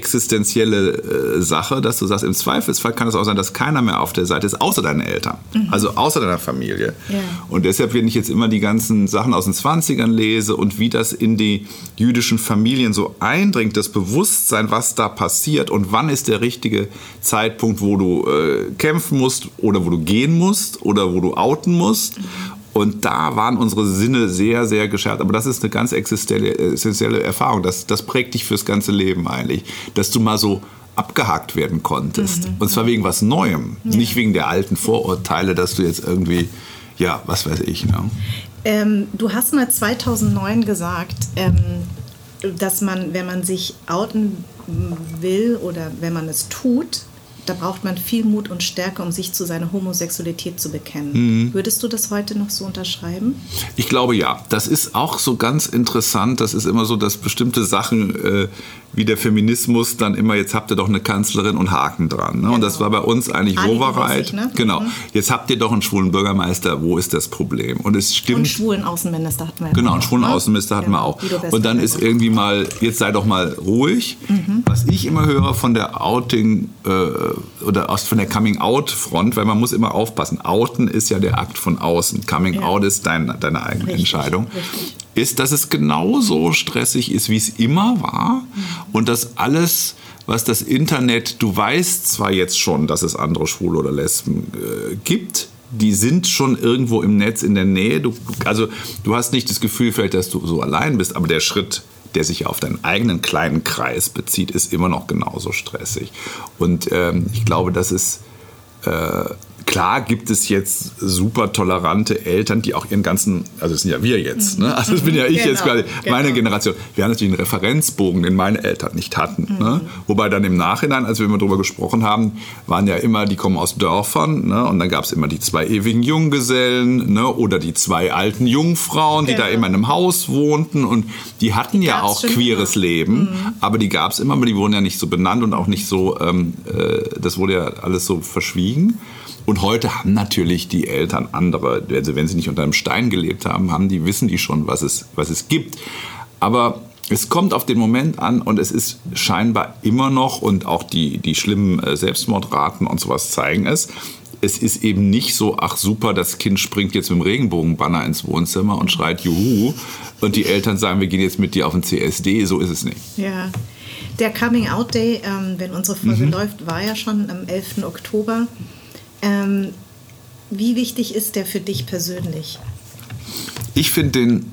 existenzielle Sache, dass du sagst, im Zweifelsfall kann es auch sein, dass keiner mehr auf der Seite ist, außer deinen Eltern, mhm. also außer deiner Familie. Ja. Und deshalb, wenn ich jetzt immer die ganzen Sachen aus den zwanzigern lese und wie das in die jüdischen Familien so eindringt, das Bewusstsein, was da passiert und wann ist der richtige Zeitpunkt, wo du äh, kämpfen musst oder wo du gehen musst oder wo du outen musst. Und da waren unsere Sinne sehr, sehr geschärft. Aber das ist eine ganz existenzielle Erfahrung. Das, das prägt dich fürs ganze Leben eigentlich. Dass du mal so abgehakt werden konntest. Mhm. Und zwar wegen was Neuem. Ja. Nicht wegen der alten Vorurteile, dass du jetzt irgendwie, ja, was weiß ich. Ne? Ähm, du hast mal zweitausendneun gesagt, ähm, dass man, wenn man sich outen will oder wenn man es tut, da braucht man viel Mut und Stärke, um sich zu seiner Homosexualität zu bekennen. Mhm. Würdest du das heute noch so unterschreiben? Ich glaube, ja. Das ist auch so ganz interessant. Das ist immer so, dass bestimmte Sachen äh, wie der Feminismus dann immer, jetzt habt ihr doch eine Kanzlerin und Haken dran. Ne? Genau. Und das war bei uns eigentlich Wowereit. Ne? Genau. Mhm. Jetzt habt ihr doch einen schwulen Bürgermeister. Wo ist das Problem? Und es stimmt. Und schwulen Außenminister hatten wir. Genau, einen schwulen Außenminister hatten wir auch. Und dann ist irgendwie mal, jetzt sei doch mal ruhig. Mhm. Was ich immer höre von der Outing äh, oder aus, von der Coming-out-Front, weil man muss immer aufpassen. Outen ist ja der Akt von außen. Coming-out ja. ist dein, deine eigene richtig, Entscheidung. Richtig. Ist, dass es genauso stressig ist, wie es immer war. Mhm. Und dass alles, was das Internet, du weißt zwar jetzt schon, dass es andere Schwule oder Lesben äh, gibt, die sind schon irgendwo im Netz in der Nähe. Du, also du hast nicht das Gefühl vielleicht, dass du so allein bist, aber der Schritt, der sich auf deinen eigenen kleinen Kreis bezieht, ist immer noch genauso stressig. Und ähm, ich glaube, das ist äh, klar, gibt es jetzt super tolerante Eltern, die auch ihren ganzen, also das sind ja wir jetzt, ne? Also das bin ja ich genau, jetzt quasi, meine genau. Generation. Wir haben natürlich einen Referenzbogen, den meine Eltern nicht hatten. Mhm. Ne? Wobei dann im Nachhinein, als wir immer darüber gesprochen haben, waren ja immer, die kommen aus Dörfern, ne? Und dann gab es immer die zwei ewigen Junggesellen, ne? Oder die zwei alten Jungfrauen, die genau. da immer in einem Haus wohnten und die hatten die ja auch queeres immer. Leben, mhm. aber die gab es immer, aber die wurden ja nicht so benannt und auch nicht so, ähm, äh, das wurde ja alles so verschwiegen. Und heute haben natürlich die Eltern andere, also wenn sie nicht unter einem Stein gelebt haben, haben die, wissen die schon, was es, was es gibt. Aber es kommt auf den Moment an und es ist scheinbar immer noch, und auch die, die schlimmen Selbstmordraten und sowas zeigen es, es ist eben nicht so, ach super, das Kind springt jetzt mit dem Regenbogenbanner ins Wohnzimmer und schreit Juhu. Und die Eltern sagen, wir gehen jetzt mit dir auf den C S D. So ist es nicht. Ja. Der Coming-out-Day, ähm, wenn unsere Folge mhm. läuft, war ja schon am elften Oktober. Ähm, wie wichtig ist der für dich persönlich? Ich finde den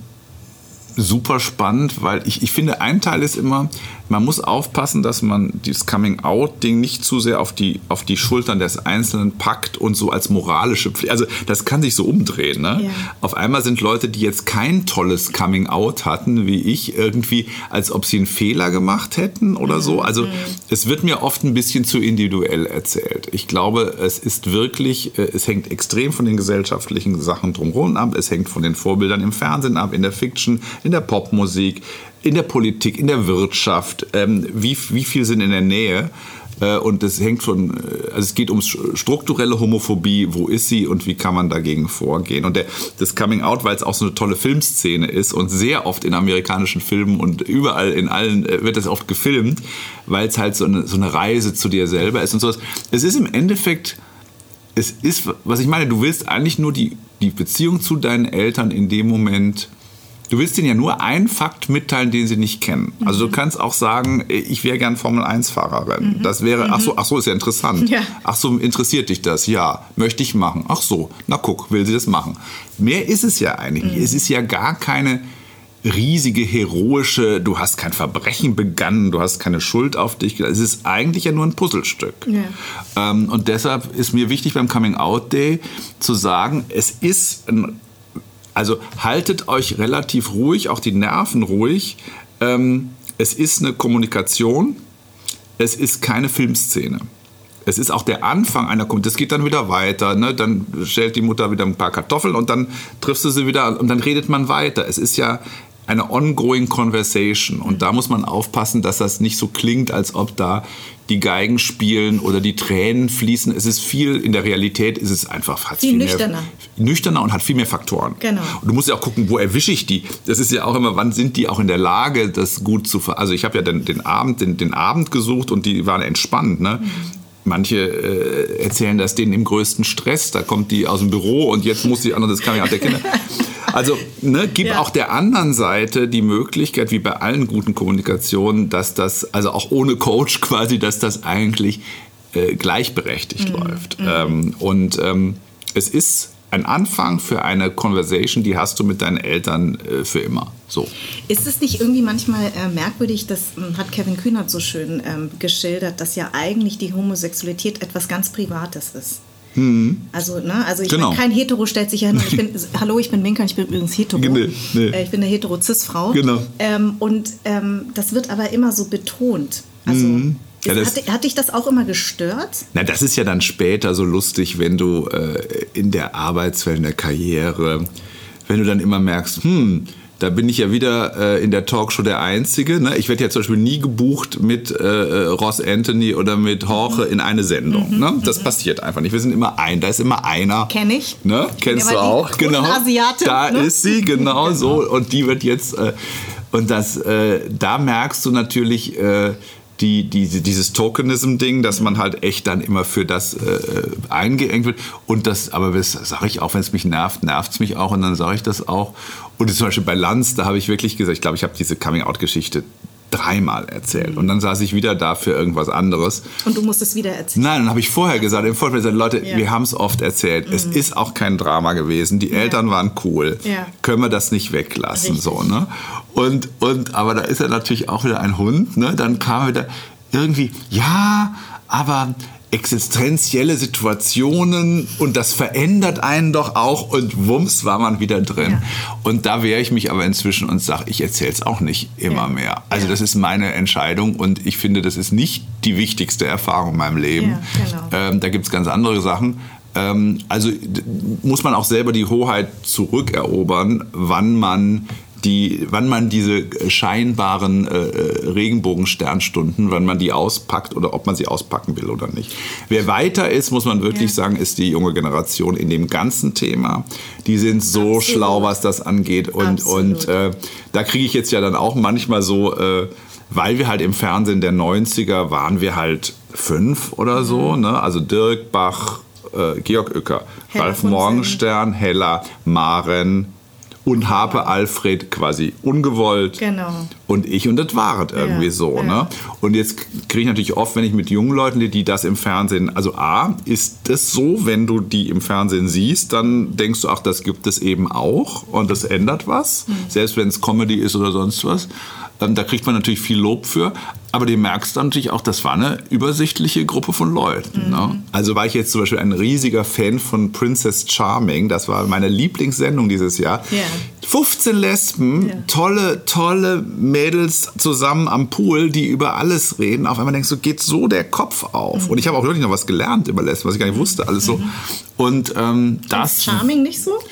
super spannend, weil ich, ich finde, ein Teil ist immer, man muss aufpassen, dass man dieses Coming-out-Ding nicht zu sehr auf die, auf die Schultern des Einzelnen packt und so als moralische Pflicht. Also das kann sich so umdrehen. Ne? Ja. Auf einmal sind Leute, die jetzt kein tolles Coming-out hatten, wie ich, irgendwie, als ob sie einen Fehler gemacht hätten oder so. Also mhm. es wird mir oft ein bisschen zu individuell erzählt. Ich glaube, es ist wirklich, es hängt extrem von den gesellschaftlichen Sachen drumherum ab. Es hängt von den Vorbildern im Fernsehen ab, in der Fiction, in der Popmusik, in der Politik, in der Wirtschaft, ähm, wie, wie viel sind in der Nähe. Äh, und das hängt von, also es geht um strukturelle Homophobie, wo ist sie und wie kann man dagegen vorgehen. Und der, das Coming Out, weil es auch so eine tolle Filmszene ist und sehr oft in amerikanischen Filmen und überall in allen äh, wird das oft gefilmt, weil es halt so eine, so eine Reise zu dir selber ist und sowas. Es ist im Endeffekt es ist, was ich meine, du willst eigentlich nur die, die Beziehung zu deinen Eltern in dem Moment, du willst denen ja nur einen Fakt mitteilen, den sie nicht kennen. Mhm. Also du kannst auch sagen, ich wäre gern Formel eins Fahrerin. Mhm. Das wäre, ach so, ach so, ist ja interessant. Ja. Ach so, interessiert dich das? Ja, möchte ich machen. Ach so, na guck, will sie das machen. Mehr ist es ja eigentlich nicht. Mhm. Es ist ja gar keine riesige, heroische, du hast kein Verbrechen begangen, du hast keine Schuld auf dich. Es ist eigentlich ja nur ein Puzzlestück. Ja. Ähm, und deshalb ist mir wichtig beim Coming-out-Day zu sagen, es ist ein, also haltet euch relativ ruhig, auch die Nerven ruhig. Ähm, es ist eine Kommunikation, es ist keine Filmszene. Es ist auch der Anfang einer Kommunikation. Das geht dann wieder weiter. Ne? Dann stellt die Mutter wieder ein paar Kartoffeln und dann triffst du sie wieder und dann redet man weiter. Es ist ja eine ongoing conversation. Und da muss man aufpassen, dass das nicht so klingt, als ob da die Geigen spielen oder die Tränen fließen. Es ist viel, in der Realität ist es einfach hat viel, viel nüchterner. Mehr, nüchterner und hat viel mehr Faktoren. Genau. Und du musst ja auch gucken, wo erwische ich die. Das ist ja auch immer, wann sind die auch in der Lage, das gut zu ver... Also ich habe ja den, den, Abend, den, den Abend gesucht und die waren entspannt. Ne? Mhm. Manche äh, erzählen das denen im größten Stress. Da kommt die aus dem Büro und jetzt muss die andere, das kann ich auch der Kinder. Also ne, gib ja. auch der anderen Seite die Möglichkeit, wie bei allen guten Kommunikationen, dass das, also auch ohne Coach quasi, dass das eigentlich äh, gleichberechtigt mhm. läuft. Mhm. Ähm, und ähm, es ist ein Anfang für eine Conversation, die hast du mit deinen Eltern äh, für immer. So. Ist es nicht irgendwie manchmal äh, merkwürdig, das äh, hat Kevin Kühnert so schön ähm, geschildert, dass ja eigentlich die Homosexualität etwas ganz Privates ist? Hm. Also, ne, also ich genau. bin kein Hetero, stellt sich ja hin. Ich bin, hallo, ich bin Minka, ich bin übrigens hetero. Nee, nee. Äh, ich bin eine hetero-cis-Frau. Genau. Ähm, und ähm, das wird aber immer so betont. Also hm. Ja, das, hat, hat dich das auch immer gestört? Na, das ist ja dann später so lustig, wenn du äh, in der Arbeitswelt, in der Karriere, wenn du dann immer merkst, hm, da bin ich ja wieder äh, in der Talkshow der Einzige. Ne? Ich werde ja zum Beispiel nie gebucht mit äh, Ross Anthony oder mit Jorge in eine Sendung. Mhm. Ne? Das mhm. passiert einfach nicht. Wir sind immer ein, da ist immer einer. Kenn ich. Ne? ich Kennst du auch? Genau. Asiatin, da ne? ist sie, genau, genau so. Und die wird jetzt, äh, und das, äh, da merkst du natürlich, äh, Die, die, dieses Tokenism-Ding, dass man halt echt dann immer für das äh, eingeengt wird. Und das, aber das sage ich auch, wenn es mich nervt, nervt es mich auch und dann sage ich das auch. Und zum Beispiel bei Lanz, da habe ich wirklich gesagt, ich glaube, ich habe diese Coming-out-Geschichte dreimal erzählt. Und dann saß ich wieder da für irgendwas anderes. Und du musst es wieder erzählen? Nein, dann habe ich vorher gesagt, im Vorfeld gesagt, Leute, ja. wir haben es oft erzählt. Mhm. Es ist auch kein Drama gewesen. Die ja. Eltern waren cool. Ja. Können wir das nicht weglassen? So, ne? Und, und, aber da ist ja natürlich auch wieder ein Hund. Ne? Dann kam wieder irgendwie, ja, aber existenzielle Situationen und das verändert einen doch auch und wumms war man wieder drin. Ja. Und da wehre ich mich aber inzwischen und sage, ich erzähle es auch nicht immer ja. mehr. Also ja. das ist meine Entscheidung und ich finde, das ist nicht die wichtigste Erfahrung in meinem Leben. Ja, genau. ähm, da gibt es ganz andere Sachen. Ähm, also d- muss man auch selber die Hoheit zurückerobern, wann man Die, wann man diese scheinbaren äh, Regenbogensternstunden, wann man die auspackt oder ob man sie auspacken will oder nicht. Wer weiter ist, muss man wirklich ja. sagen, ist die junge Generation in dem ganzen Thema. Die sind so Absolut. schlau, was das angeht. Und, und äh, da kriege ich jetzt ja dann auch manchmal so, äh, weil wir halt im Fernsehen der neunziger waren wir halt fünf oder mhm. so. Ne? Also Dirk, Bach, äh, Georg Uecker, Hella Ralf Morgenstern, Hella, Maren und Harpe Alfred quasi ungewollt. Genau. Und ich und das war es irgendwie ja, so. Ja. Ne? Und jetzt kriege ich natürlich oft, wenn ich mit jungen Leuten, die, die das im Fernsehen, also A, ist es so, wenn du die im Fernsehen siehst, dann denkst du, ach, das gibt es eben auch und das ändert was, mhm. selbst wenn es Comedy ist oder sonst was. Ähm, da kriegt man natürlich viel Lob für. Aber du merkst dann natürlich auch, das war eine übersichtliche Gruppe von Leuten. Mhm. Ne? Also war ich jetzt zum Beispiel ein riesiger Fan von Princess Charming. Das war meine Lieblingssendung dieses Jahr. Yeah. fünfzehn Lesben, yeah. tolle, tolle Mädels zusammen am Pool, die über alles reden. Auf einmal denkst du, geht so der Kopf auf. Mhm. Und ich habe auch wirklich noch was gelernt über Lesben, was ich gar nicht wusste. Alles so. Und ähm, das Charming nicht so?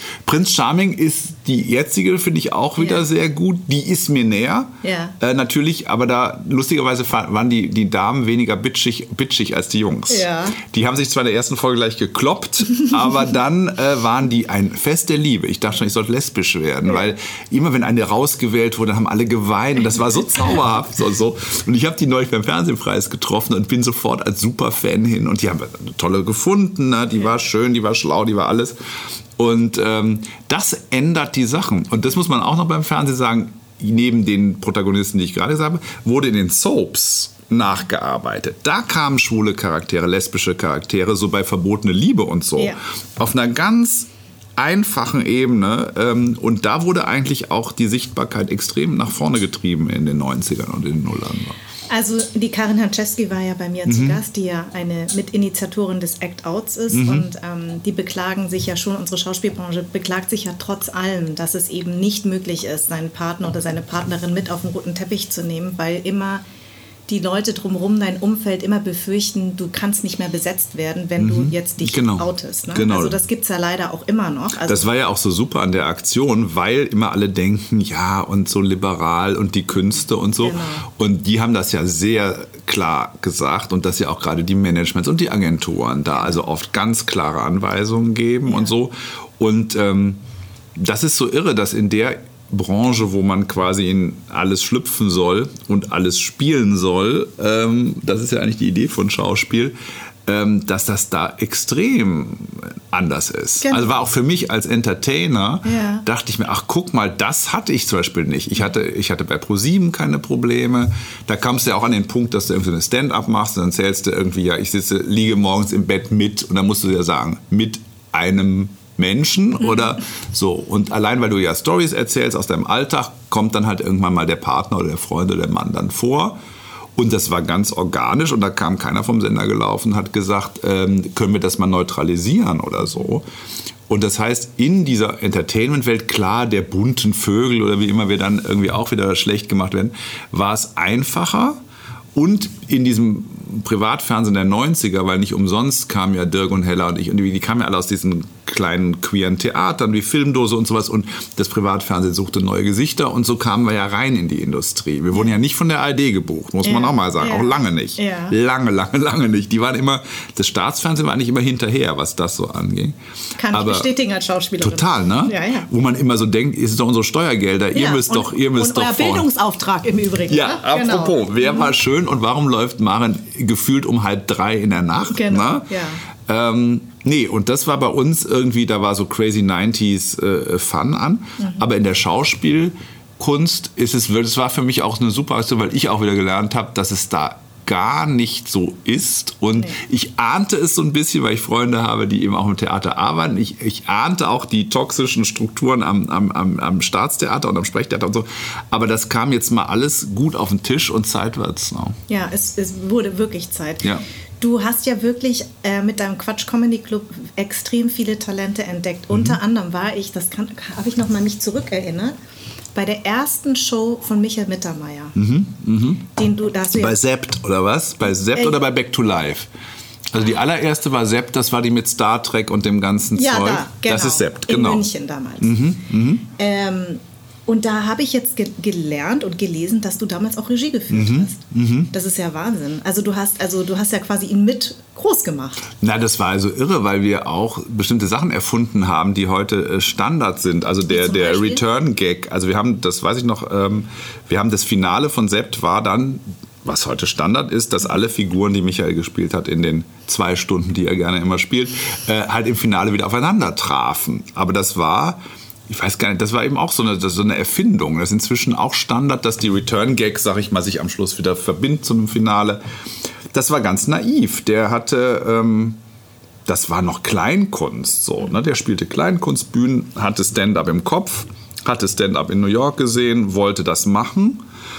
Prinz Charming ist die jetzige, finde ich auch wieder ja. sehr gut. Die ist mir näher. Ja. Äh, natürlich, aber da lustigerweise waren die, die Damen weniger bitchig, bitchig als die Jungs. Ja. Die haben sich zwar in der ersten Folge gleich gekloppt, aber dann äh, waren die ein Fest der Liebe. Ich dachte schon, ich sollte lesbisch werden, ja. weil immer wenn eine rausgewählt wurde, haben alle geweint. Und das war so zauberhaft. So, so. Und ich habe die neulich beim Fernsehpreis getroffen und bin sofort als Superfan hin. Und die haben eine tolle gefunden. Ne? Die ja. war schön, die war schlau, die war alles. Und ähm, das ändert die Sachen. Und das muss man auch noch beim Fernsehen sagen, neben den Protagonisten, die ich gerade gesagt habe, wurde in den Soaps nachgearbeitet. Da kamen schwule Charaktere, lesbische Charaktere, so bei Verbotene Liebe und so. Ja. Auf einer ganz einfachen Ebene. Ähm, und da wurde eigentlich auch die Sichtbarkeit extrem nach vorne getrieben in den neunzigern und in den Nullern. Also die Karin Hanczewski war ja bei mir mhm. zu Gast, die ja eine Mitinitiatorin des Act-Outs ist. Mhm. Und ähm, die beklagen sich ja schon, unsere Schauspielbranche beklagt sich ja trotz allem, dass es eben nicht möglich ist, seinen Partner oder seine Partnerin mit auf den roten Teppich zu nehmen, weil immer die Leute drumherum, dein Umfeld immer befürchten, du kannst nicht mehr besetzt werden, wenn mhm. du jetzt dich genau. outest. Ne? Genau. Also das gibt es ja leider auch immer noch. Also das war ja auch so super an der Aktion, weil immer alle denken, ja und so liberal und die Künste und so. Genau. Und die haben das ja sehr klar gesagt und dass ja auch gerade die Managements und die Agenturen da also oft ganz klare Anweisungen geben ja. und so. Und ähm, das ist so irre, dass in der Branche, wo man quasi in alles schlüpfen soll und alles spielen soll, ähm, das ist ja eigentlich die Idee von Schauspiel, ähm, dass das da extrem anders ist. Genau. Also war auch für mich als Entertainer, ja. dachte ich mir, ach guck mal, das hatte ich zum Beispiel nicht. Ich hatte, ich hatte bei ProSieben keine Probleme. Da kamst du ja auch an den Punkt, dass du irgendwie eine Stand-up machst und dann zählst du irgendwie, ja, ich sitze, liege morgens im Bett mit und dann musst du ja sagen, mit einem Menschen oder so. Und allein, weil du ja Storys erzählst aus deinem Alltag, kommt dann halt irgendwann mal der Partner oder der Freund oder der Mann dann vor. Und das war ganz organisch und da kam keiner vom Sender gelaufen und hat gesagt, ähm, können wir das mal neutralisieren oder so. Und das heißt, in dieser Entertainment-Welt, klar, der bunten Vögel oder wie immer wir dann irgendwie auch wieder schlecht gemacht werden, war es einfacher. Und in diesem Privatfernsehen der neunziger, weil nicht umsonst kamen ja Dirk und Hella und ich, und die, die kamen ja alle aus diesen kleinen queeren Theatern wie Filmdose und sowas und das Privatfernsehen suchte neue Gesichter und so kamen wir ja rein in die Industrie. Wir wurden ja nicht von der A R D gebucht, muss man ja, auch mal sagen, ja. auch lange nicht. Ja. Lange, lange, lange nicht. Die waren immer, das Staatsfernsehen war eigentlich immer hinterher, was das so anging. Kann ich bestätigen als Schauspielerin. Total, ne? Ja, ja. Wo man immer so denkt, es ist doch unsere Steuergelder, ihr ja, müsst und, doch, ihr müsst und doch euer vorne. Bildungsauftrag im Übrigen. Ja, ne? apropos, genau. wer mhm. war schön und warum läuft Maren gefühlt um halb drei in der Nacht? Genau, ne? ja. Ähm, nee, und das war bei uns irgendwie, da war so crazy nineties äh, Fun an. Mhm. Aber in der Schauspielkunst ist es, das war für mich auch eine super Aktion, weil ich auch wieder gelernt habe, dass es da gar nicht so ist. Und nee. ich ahnte es so ein bisschen, weil ich Freunde habe, die eben auch im Theater arbeiten. Ich, ich ahnte auch die toxischen Strukturen am, am, am, am Staatstheater und am Sprechtheater und so. Aber das kam jetzt mal alles gut auf den Tisch und zeitwärts. No. Ja, es, es wurde wirklich Zeit. Ja. Du hast ja wirklich äh, mit deinem Quatsch Comedy Club extrem viele Talente entdeckt. Mhm. Unter anderem war ich, das habe ich noch mal mich zurückerinnert, bei der ersten Show von Michael Mittermeier. Mhm, mh. Den du, da hast du bei Sept oder was? Bei Sept äh, oder bei Back to Life? Also die allererste war Sept, das war die mit Star Trek und dem ganzen ja, Zeug. Da, genau. Das ist Sept, genau. In München damals. Mhm, mh. Ähm, Und da habe ich jetzt ge- gelernt und gelesen, dass du damals auch Regie geführt mhm, hast. Mhm. Das ist ja Wahnsinn. Also du hast, also du hast ja quasi ihn mit groß gemacht. Na, das war also irre, weil wir auch bestimmte Sachen erfunden haben, die heute Standard sind. Also der, der Return-Gag. Also wir haben, das weiß ich noch, ähm, wir haben das Finale von Sept war dann, was heute Standard ist, dass alle Figuren, die Michael gespielt hat, in den zwei Stunden, die er gerne immer spielt, äh, halt im Finale wieder aufeinander trafen. Aber das war... Ich weiß gar nicht, das war eben auch so eine, so eine Erfindung. Das ist inzwischen auch Standard, dass die Return-Gags, sag ich mal, sich am Schluss wieder verbinden zu einem Finale. Das war ganz naiv. Der hatte, ähm, das war noch Kleinkunst. So, ne? Der spielte Kleinkunstbühnen, hatte Stand-up im Kopf, hatte Stand-up in New York gesehen, wollte das machen.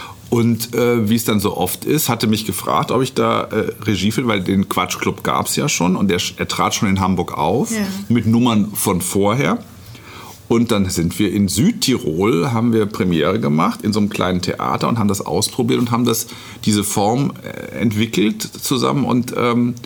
Und äh, wie es dann so oft ist, hatte mich gefragt, ob ich da äh, Regie filme, weil den Quatschclub gab es ja schon. Und der, er trat schon in Hamburg auf, ja. mit Nummern von vorher. Und dann sind wir in Südtirol, haben wir Premiere gemacht in so einem kleinen Theater und haben das ausprobiert und haben das, diese Form entwickelt zusammen. Und ähm,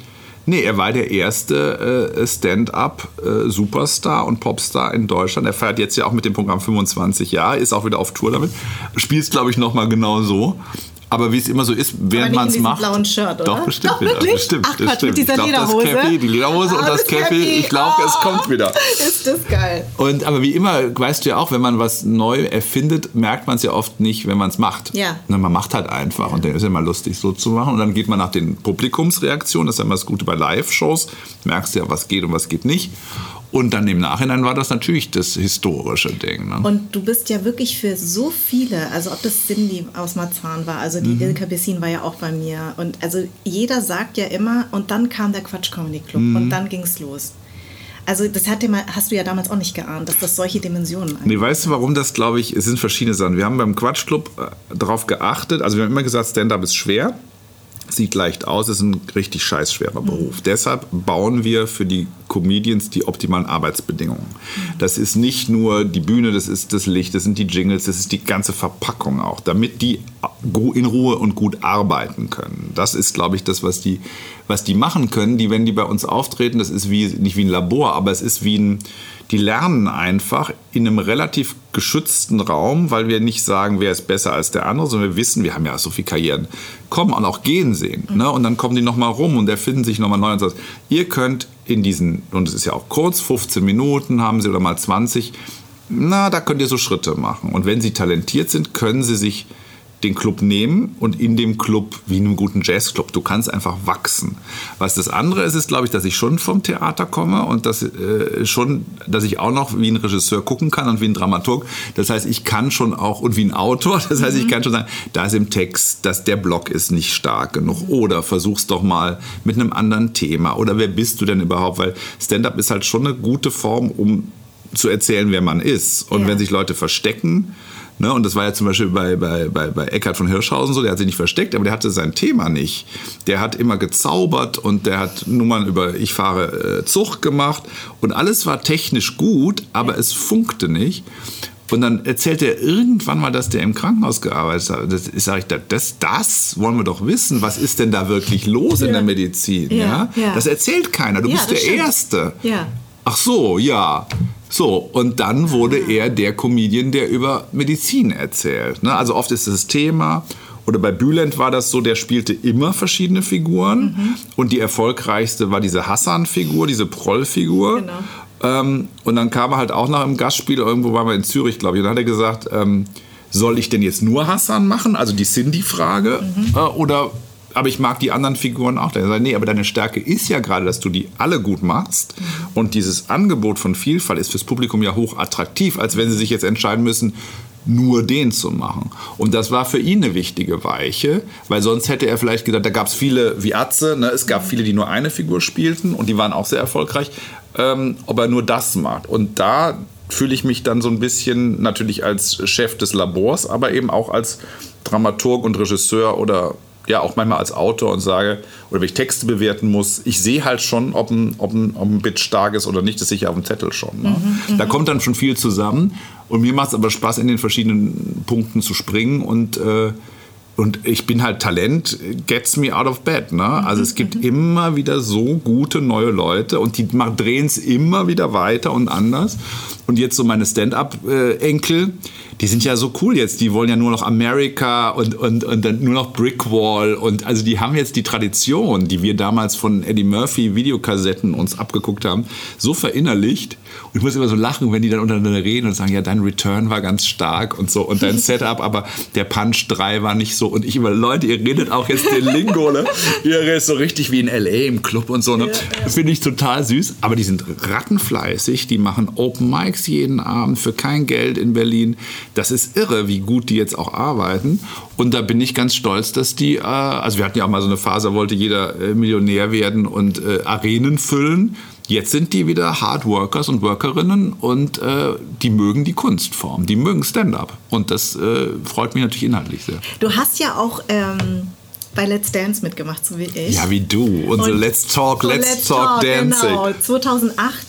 Nee, er war der erste äh, Stand-up-Superstar äh, und Popstar in Deutschland. Er feiert jetzt ja auch mit dem Programm fünfundzwanzig Jahre, ist auch wieder auf Tour damit. Spielt, glaube ich, nochmal genau so. Aber wie es immer so ist, während man es macht. Blauen Shirt, oder? Doch, bestimmt Doch, wieder. Wirklich? Bestimmt, Ach Quatsch, bestimmt. mit dieser ich glaub, Lederhose. Das Cappy, die Lederhose ah, und das, das Cappy, ich glaube, oh, es kommt wieder. Ist das geil. Und, aber wie immer, weißt du ja auch, wenn man was neu erfindet, merkt man es ja oft nicht, wenn man es macht. Ja. Na, man macht halt einfach. Und dann ist ja immer lustig, so zu machen. Und dann geht man nach den Publikumsreaktionen. Das ist ja immer das Gute bei Live-Shows. Merkst du ja, was geht und was geht nicht. Und dann im Nachhinein war das natürlich das historische Ding. Ne? Und du bist ja wirklich für so viele, also ob das Cindy aus Marzahn war, also die mhm. Ilka Bessin war ja auch bei mir. Und also jeder sagt ja immer, und dann kam der Quatsch Comedy Club mhm. und dann ging's los. Also das hat dir mal, hast du ja damals auch nicht geahnt, dass das solche Dimensionen hat. Nee, weißt du, warum das, glaube ich, es sind verschiedene Sachen. Wir haben beim Quatsch Club äh, darauf geachtet, also wir haben immer gesagt, Stand-up ist schwer. Sieht leicht aus, ist ein richtig scheiß schwerer Beruf. Mhm. Deshalb bauen wir für die Comedians die optimalen Arbeitsbedingungen. Mhm. Das ist nicht nur die Bühne, das ist das Licht, das sind die Jingles, das ist die ganze Verpackung auch, damit die in Ruhe und gut arbeiten können. Das ist, glaube ich, das, was die, was die machen können. Die, wenn die bei uns auftreten, das ist wie, nicht wie ein Labor, aber es ist wie ein, die lernen einfach in einem relativ geschützten Raum, weil wir nicht sagen, wer ist besser als der andere, sondern wir wissen, wir haben ja so viele Karrieren, kommen und auch gehen sehen. Mhm. Ne? Und dann kommen die nochmal rum und erfinden sich nochmal neu und sagen, ihr könnt in diesen, und es ist ja auch kurz, fünfzehn Minuten haben sie oder mal zwanzig, na, da könnt ihr so Schritte machen. Und wenn sie talentiert sind, können sie sich den Club nehmen und in dem Club, wie in einem guten Jazzclub, du kannst einfach wachsen. Was das andere ist, ist, glaube ich, dass ich schon vom Theater komme und dass, äh, schon, dass ich auch noch wie ein Regisseur gucken kann und wie ein Dramaturg. Das heißt, ich kann schon auch, und wie ein Autor, das heißt, ich kann schon sagen, da ist im Text, dass der Block ist nicht stark genug oder versuch's doch mal mit einem anderen Thema oder wer bist du denn überhaupt, weil Stand-up ist halt schon eine gute Form, um zu erzählen, wer man ist. Und ja. wenn sich Leute verstecken, ne, und das war ja zum Beispiel bei, bei, bei, bei Eckhard von Hirschhausen so, der hat sich nicht versteckt, aber der hatte sein Thema nicht. Der hat immer gezaubert und der hat Nummern über Ich fahre äh, Zug gemacht und alles war technisch gut, aber ja. es funkte nicht. Und dann erzählt er irgendwann mal, dass der im Krankenhaus gearbeitet hat. Das ist, sag ich, das, das wollen wir doch wissen. Was ist denn da wirklich los ja. in der Medizin? Ja, ja? Ja. Das erzählt keiner. Du ja, bist der stimmt. Erste. Ja. Ach so, ja. So, und dann wurde er der Comedian, der über Medizin erzählt. Ne? Also oft ist das Thema, oder bei Bülent war das so, der spielte immer verschiedene Figuren. Mhm. Und die erfolgreichste war diese Hassan-Figur, diese Proll-Figur. Genau. Ähm, und dann kam er halt auch nach einem Gastspiel, irgendwo waren wir in Zürich, glaube ich, und dann hat er gesagt, ähm, soll ich denn jetzt nur Hassan machen? Also die Cindy-Frage. Mhm. Äh, oder... aber ich mag die anderen Figuren auch. Der sagt, nee, aber deine Stärke ist ja gerade, dass du die alle gut machst. Mhm. Und dieses Angebot von Vielfalt ist fürs Publikum ja hoch attraktiv, als wenn sie sich jetzt entscheiden müssen, nur den zu machen. Und das war für ihn eine wichtige Weiche, weil sonst hätte er vielleicht gesagt, da gab es viele wie Atze, ne? Es gab viele, die nur eine Figur spielten und die waren auch sehr erfolgreich, ähm, ob er nur das macht. Und da fühle ich mich dann so ein bisschen natürlich als Chef des Labors, aber eben auch als Dramaturg und Regisseur oder ja auch manchmal als Autor und sage, oder wenn ich Texte bewerten muss, ich sehe halt schon, ob ein, ob ein, ob ein Bit stark ist oder nicht, das sehe ich auf dem Zettel schon. Ne? Mhm, da kommt dann schon viel zusammen und mir macht es aber Spaß, in den verschiedenen Punkten zu springen und, äh, und ich bin halt Talent, gets me out of bed. Ne? Also es gibt mhm. immer wieder so gute neue Leute und die drehen es immer wieder weiter und anders. Und jetzt so meine Stand-up-Enkel, die sind ja so cool jetzt, die wollen ja nur noch America und, und, und dann nur noch Brickwall und also die haben jetzt die Tradition, die wir damals von Eddie Murphy Videokassetten uns abgeguckt haben, so verinnerlicht. Und ich muss immer so lachen, wenn die dann untereinander reden und sagen, ja, dein Return war ganz stark und so und dein Setup, aber der Punch drei war nicht so. Und ich immer, Leute, ihr redet auch jetzt den Lingo, ne? Ihr redet so richtig wie in L A im Club und so, ne? Ja, ja. Finde ich total süß, aber die sind rattenfleißig, die machen Open Mics jeden Abend für kein Geld in Berlin. Das ist irre, wie gut die jetzt auch arbeiten. Und da bin ich ganz stolz, dass die, äh, also wir hatten ja auch mal so eine Phase, da wollte jeder äh, Millionär werden und äh, Arenen füllen. Jetzt sind die wieder Hardworkers und Workerinnen und äh, die mögen die Kunstform, die mögen Stand-up. Und das äh, freut mich natürlich inhaltlich sehr. Du hast ja auch ähm, bei Let's Dance mitgemacht, so wie ich. Ja, wie du. Unsere Let's Talk, Let's, Let's Talk, Talk Dancing. Genau, zwanzig achtzehn.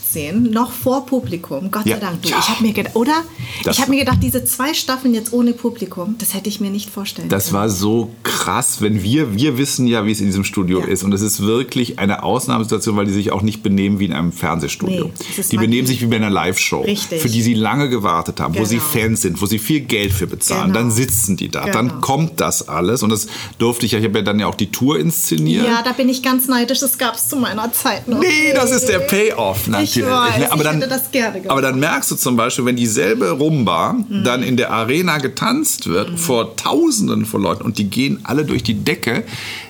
achtzehn, noch vor Publikum, Gott Ja. sei Dank. Du, Ja. ich habe mir gedacht, oder? Das- ich habe mir gedacht, diese zwei Staffeln jetzt ohne Publikum, das hätte ich mir nicht vorstellen Das können. war so krass, wenn wir, wir wissen ja, wie es in diesem Studio Ja. ist. Und es ist wirklich eine Ausnahmesituation, weil die sich auch nicht benehmen wie in einem Fernsehstudio. Nee, das ist die benehmen Magie. sich wie bei einer Live-Show, Richtig. für die sie lange gewartet haben, wo sie Genau. Fans sind, wo sie viel Geld für bezahlen. Genau. Dann sitzen die da, Genau. dann kommt das alles. Und das durfte ich ja, ich habe ja dann ja auch die Tour inszeniert. Ja, da bin ich ganz neidisch, das gab es zu meiner Zeit noch. Nee, das ist der Payoff natürlich. Ich weiß, aber ich dann, hätte das gerne gemacht. aber dann merkst du zum Beispiel, wenn dieselbe Rumba Mhm. dann in der Arena getanzt wird, mhm. vor Tausenden von Leuten und die gehen alle durch die Decke,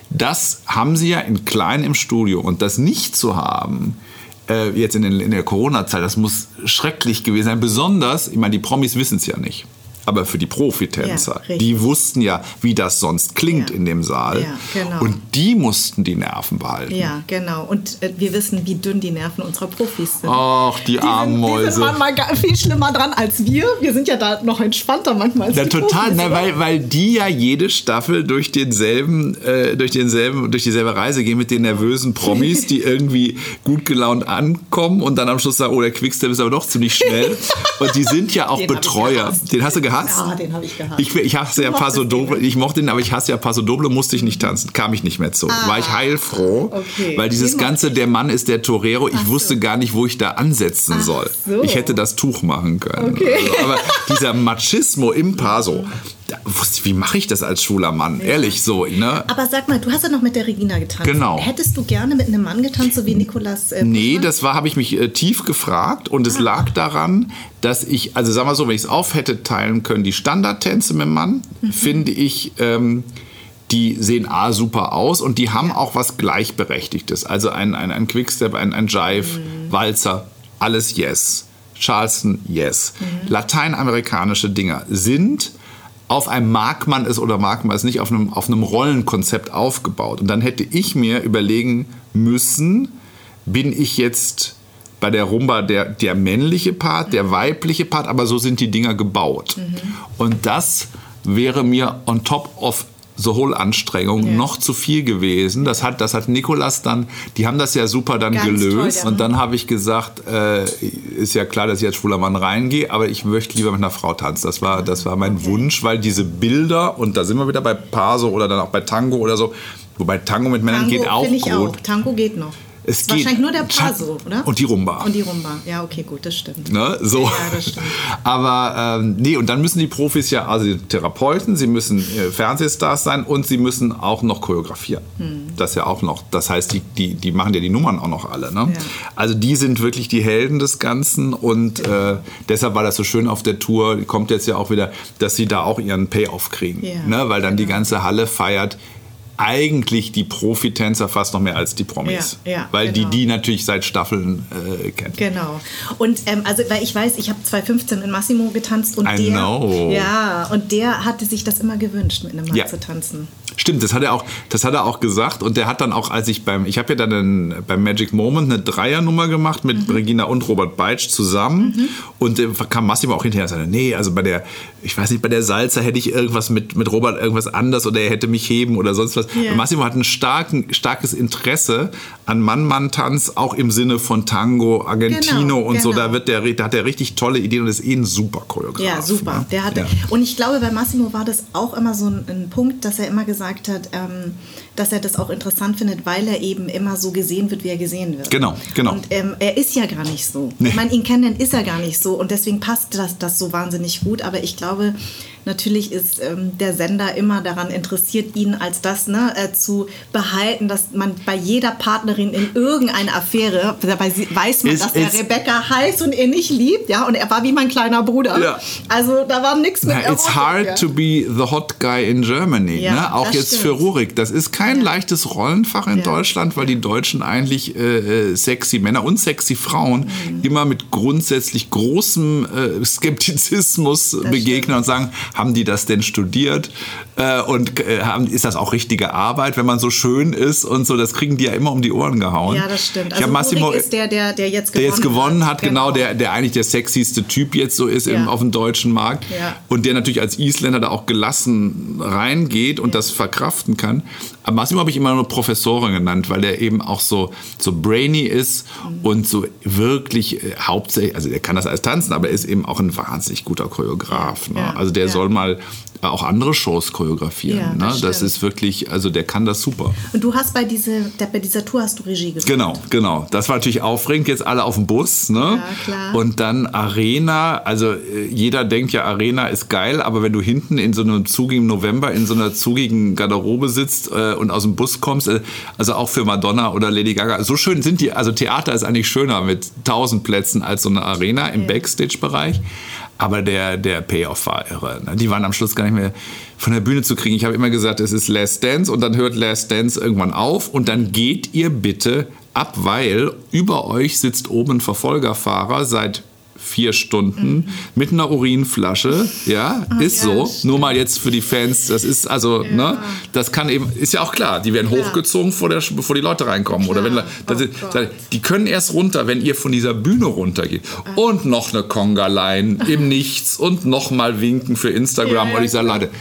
das haben sie ja in klein im Studio. Und das nicht zu haben, äh, jetzt in, den, in der Corona-Zeit, das muss schrecklich gewesen sein. Besonders, ich meine, die Promis wissen es ja nicht. Aber für die Profitänzer, Ja, richtig. die wussten ja, wie das sonst klingt Ja. in dem Saal. Ja, genau. Und die mussten die Nerven behalten. Ja, genau. Und äh, wir wissen, wie dünn die Nerven unserer Profis sind. Ach, die, Die armen sind, die Mäuse. sind manchmal ga- viel schlimmer dran als wir. Wir sind ja da noch entspannter manchmal als Ja, die total, Profis, na, oder? weil, weil die ja jede Staffel durch denselben, äh, durch denselben, durch dieselbe Reise gehen mit den nervösen Promis, die irgendwie gut gelaunt ankommen und dann am Schluss sagen, oh, der Quickstep ist aber doch ziemlich schnell. Und die sind ja auch Den hab ich Betreuer. gehasst. Den hast du gehasst? Ja, den habe ich gehasst. Ich, ich hasse ja Du Paso mochtest den, Doble, ne? ich mochte ihn, aber ich hasse ja Paso Doble, musste ich nicht tanzen, kam ich nicht mehr zu. War ich heilfroh, okay. weil dieses Den ganze, mochte ich. der Mann ist der Torero, ich Ach wusste so. gar nicht, wo ich da ansetzen Ach soll. so. Ich hätte das Tuch machen können. Okay. Also, aber dieser Machismo im Paso, da wusste ich, wie mache ich das als schwuler Mann? Ehrlich so, ne? Aber sag mal, du hast ja noch mit der Regina getanzt. Genau. Hättest du gerne mit einem Mann getanzt, so wie Nikolas äh, Nee, Buschmann? das war, habe ich mich äh, tief gefragt und es lag daran, dass ich, also sagen wir so, wenn ich es auf hätte teilen können, die Standardtänze mit dem Mann, Mhm. finde ich, ähm, die sehen A super aus und die haben auch was Gleichberechtigtes. Also ein, ein, ein Quickstep, ein, ein Jive, Mhm. Walzer, alles yes. Charleston, yes. Mhm. Lateinamerikanische Dinger sind auf einem mag man es oder mag man es nicht, auf einem, auf einem Rollenkonzept aufgebaut. Und dann hätte ich mir überlegen müssen, bin ich jetzt bei der Rumba der, der männliche Part, der weibliche Part, aber so sind die Dinger gebaut. Mhm. Und das wäre mir on top of the whole Anstrengung Ja. noch zu viel gewesen. Das hat, das hat Nikolas dann, die haben das ja super dann Ganz gelöst. toll, ja. Und dann habe ich gesagt, äh, ist ja klar, dass ich als schwuler Mann reingehe, aber ich möchte lieber mit einer Frau tanzen. Das war, das war mein Wunsch, weil diese Bilder, und da sind wir wieder bei Paso oder dann auch bei Tango oder so, wobei Tango mit Männern Tango geht auch finde ich gut. auch. Tango geht noch. Es ist geht- wahrscheinlich nur der Paso, oder? Und die Rumba. Und die Rumba. Ja, okay, gut, das stimmt. Ne? So. Ja, das stimmt. Aber ähm, nee, und dann müssen die Profis ja, also die Therapeuten, sie müssen äh, Fernsehstars sein und sie müssen auch noch choreografieren. Hm. Das ja auch noch. Das heißt, die, die, die machen ja die Nummern auch noch alle. Ne? Ja. Also die sind wirklich die Helden des Ganzen und äh, deshalb war das so schön auf der Tour, kommt jetzt ja auch wieder, dass sie da auch ihren Payoff kriegen. Ja, Ne? Weil dann die genau. ganze Halle feiert eigentlich die Profitänzer fast noch mehr als die Promis. Ja, ja, weil genau. die die natürlich seit Staffeln äh, kennen. Genau. Und ähm, also, weil ich weiß, ich habe zwanzig fünfzehn in Massimo getanzt und I der, know. ja, und der hatte sich das immer gewünscht, mit einem Mann Ja. zu tanzen. Stimmt, das hat er auch, das hat er auch gesagt und der hat dann auch, als ich beim, ich habe ja dann einen, beim Magic Moment eine Dreiernummer gemacht mit Mhm. Regina und Robert Beitsch zusammen mhm. und äh, kam Massimo auch hinterher und sagte, nee, also bei der, ich weiß nicht, bei der Salsa hätte ich irgendwas mit, mit Robert irgendwas anders oder er hätte mich heben oder sonst was. Ja. Massimo hat ein starken, starkes Interesse an Mann-Mann-Tanz, auch im Sinne von Tango, Argentino Genau, und so, genau. da wird der, da hat er richtig tolle Ideen und ist eh ein super Choreograf. Ja, super. Ne? Der hatte, Ja. Und ich glaube, bei Massimo war das auch immer so ein, ein Punkt, dass er immer gesagt hat, ähm, dass er das auch interessant findet, weil er eben immer so gesehen wird, wie er gesehen wird. Genau, genau. Und ähm, er ist ja gar nicht so. Nee. Ich meine, ihn kennen, ist er gar nicht so und deswegen passt das, das so wahnsinnig gut. Aber ich glaube, natürlich ist ähm, der Sender immer daran interessiert, ihn als das ne, äh, zu behalten, dass man bei jeder Partnerin in irgendeine Affäre, dabei sie- weiß man, Ist- dass er ist- Rebecca heiß und innig liebt, ja, und er war wie mein kleiner Bruder. Ja. Also da war nichts mit Na, it's Erotik, hard ja. to be the hot guy in Germany. Ja, ne? Auch das jetzt stimmt. für Rurik. Das ist kein leichtes Rollenfach in Ja. Deutschland, weil die Deutschen eigentlich äh, sexy Männer und sexy Frauen Mhm. immer mit grundsätzlich großem äh, Skeptizismus begegnen stimmt. und sagen, haben die das denn studiert? Äh, und äh, haben, ist das auch richtige aufwendige Arbeit, wenn man so schön ist und so. Das kriegen die ja immer um die Ohren gehauen. Ja, das stimmt. Also Massimo ist der, der, der jetzt gewonnen der jetzt gewonnen hat, hat. genau, genau. der, der eigentlich der sexyste Typ jetzt so ist ja. im, auf dem deutschen Markt. Ja. Und der natürlich als Isländer da auch gelassen reingeht und ja. das verkraften kann. Aber Massimo habe ich immer nur Professorin genannt, weil der eben auch so, so brainy ist mhm. und so wirklich äh, hauptsächlich, also der kann das alles tanzen, aber er ist eben auch ein wahnsinnig guter Choreograf. Ne? Ja. Also der ja. soll mal auch andere Shows choreografieren. Ja, das, ne? das ist wirklich, also der kann das super. Und du hast bei, diese, bei dieser Tour hast du Regie geführt. Genau, genau. Das war natürlich aufregend, jetzt alle auf dem Bus. Ne? Ja, klar. Und dann Arena, also jeder denkt ja, Arena ist geil, aber wenn du hinten in so einem zugigen November in so einer zugigen Garderobe sitzt äh, und aus dem Bus kommst, äh, also auch für Madonna oder Lady Gaga, so schön sind die, also Theater ist eigentlich schöner mit tausend Plätzen als so eine Arena im ja. Backstage-Bereich. Aber der, der Payoff war irre. Die waren am Schluss gar nicht mehr von der Bühne zu kriegen. Ich habe immer gesagt, es ist Last Dance und dann hört Last Dance irgendwann auf und dann geht ihr bitte ab, weil über euch sitzt oben ein Verfolgerfahrer seit vier Stunden mhm. mit einer Urinflasche, ja, Ach, ist ja, so. Stimmt. Nur mal jetzt für die Fans, das ist also, ja. ne, das kann eben, ist ja auch klar, die werden klar. hochgezogen, vor der, bevor die Leute reinkommen. Klar. Oder wenn, das, oh ist, die können erst runter, wenn ihr von dieser Bühne runtergeht. Oh. Und noch eine Conga-Line im Nichts und noch mal winken für Instagram. Ja, und ich sage, Leute,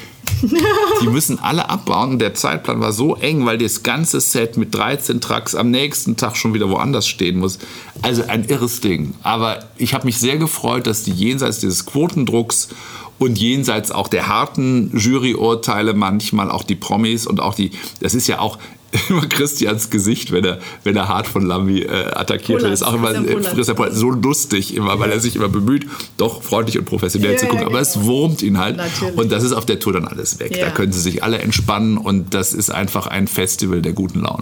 die müssen alle abbauen und der Zeitplan war so eng, weil das ganze Set mit dreizehn Tracks am nächsten Tag schon wieder woanders stehen muss. Also ein irres Ding. Aber ich habe mich sehr gefreut, dass die jenseits dieses Quotendrucks und jenseits auch der harten Juryurteile manchmal auch die Promis und auch die, das ist ja auch immer Christians Gesicht, wenn er, wenn er hart von Lambi äh, attackiert wird, ist auch immer äh, so lustig, immer, weil er sich immer bemüht, doch freundlich und professionell ja, zu gucken. Ja, aber genau. es wurmt ihn halt. Natürlich. Und das ist auf der Tour dann alles weg. Ja. Da können sie sich alle entspannen und das ist einfach ein Festival der guten Laune.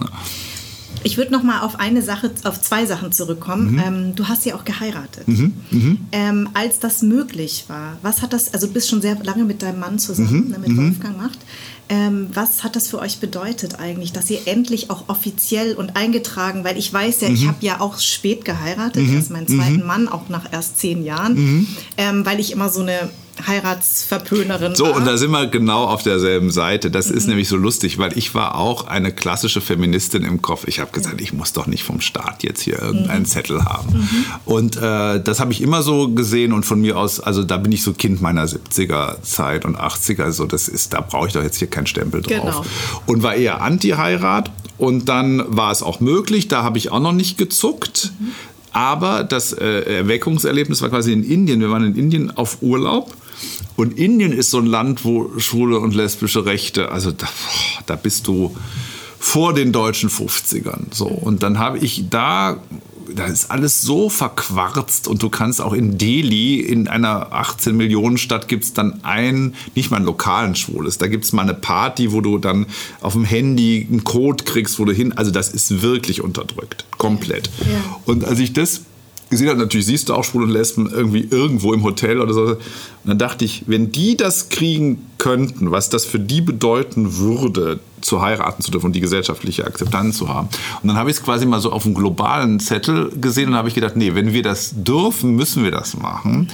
Ich würde noch mal auf eine Sache, auf zwei Sachen zurückkommen. Mhm. Ähm, du hast ja auch geheiratet. Mhm. Mhm. Ähm, als das möglich war, was hat das, also du bist schon sehr lange mit deinem Mann zusammen, mhm. ne, mit Wolfgang Macht. Ähm, was hat das für euch bedeutet eigentlich, dass ihr endlich auch offiziell und eingetragen, weil ich weiß ja, mhm. ich habe ja auch spät geheiratet, mhm. erst meinen zweiten mhm. Mann, auch nach erst zehn Jahren, mhm. ähm, weil ich immer so eine Heiratsverpönerin so, war. Und da sind wir genau auf derselben Seite. Das mhm. ist nämlich so lustig, weil ich war auch eine klassische Feministin im Kopf. Ich habe gesagt, ja. ich muss doch nicht vom Staat jetzt hier irgendeinen mhm. Zettel haben. Mhm. Und äh, das habe ich immer so gesehen und von mir aus, also da bin ich so Kind meiner siebziger Zeit und achtziger, also das ist, da brauche ich doch jetzt hier keinen Stempel drauf. Genau. Und war eher Anti-Heirat und dann war es auch möglich, da habe ich auch noch nicht gezuckt. Mhm. Aber das äh, Erweckungserlebnis war quasi in Indien. Wir waren in Indien auf Urlaub. Und Indien ist so ein Land, wo schwule und lesbische Rechte, also da, da bist du vor den deutschen fünfzigern. So. Und dann habe ich da, da ist alles so verquarzt und du kannst auch in Delhi, in einer achtzehn Millionen Stadt, gibt es dann einen, nicht mal einen lokalen Schwules, da gibt es mal eine Party, wo du dann auf dem Handy einen Code kriegst, wo du hin, also das ist wirklich unterdrückt, komplett. Ja. Und als ich das gesehen habe, natürlich siehst du auch Schwule und Lesben irgendwie irgendwo im Hotel oder so. Und dann dachte ich, wenn die das kriegen könnten, was das für die bedeuten würde, zu heiraten zu dürfen und die gesellschaftliche Akzeptanz zu haben. Und dann habe ich es quasi mal so auf einem globalen Zettel gesehen und habe ich gedacht, nee, wenn wir das dürfen, müssen wir das machen.